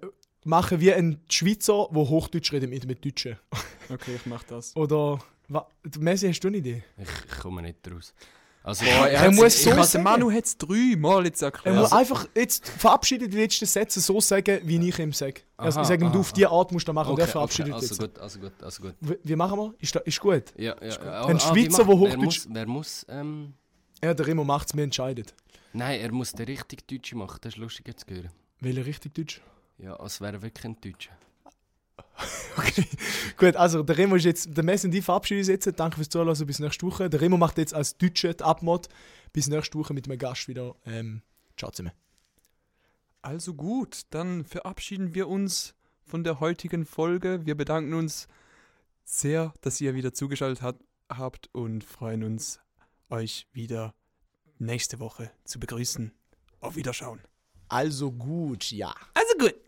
B: machen wie ein Schweizer, der Hochdeutsch redet mit Deutschen.
A: Okay, ich mach das.
B: Oder, Messi, hast du eine Idee?
C: Ich komme nicht raus. Also,
B: er muss so
A: Also
B: sagen.
A: Manu hat es 3 Mal jetzt
B: Er
A: erklärt.
B: muss einfach jetzt verabschieden die letzten Sätze so sagen, wie ich ihm sage. Also ich sage ihm, du auf diese Art musst du machen und er verabschiedet
C: also
B: jetzt.
C: also gut.
B: Wie machen wir? Ist gut?
C: Ja.
B: Ein Schweizer, der Hochdeutsch...
C: Wer muss
B: Ja, der Remo macht es, mir entscheidet.
C: nein, er muss den richtig Deutsche machen, das ist lustig jetzt zu hören.
B: Welcher richtig Deutsch?
C: Ja, als wäre er wirklich ein Deutscher.
B: Okay, gut, also der Remo ist jetzt, der Messi und ich verabschieden uns jetzt. Danke fürs Zuhören, bis nächste Woche. Der Remo macht jetzt als Deutscher die Abmod. Bis nächste Woche mit einem Gast wieder. Ciao zusammen.
A: Also gut, dann verabschieden wir uns von der heutigen Folge. Wir bedanken uns sehr, dass ihr wieder zugeschaltet habt und freuen uns, euch wieder nächste Woche zu begrüßen. Auf Wiederschauen.
B: Also gut, ja.
A: Also gut.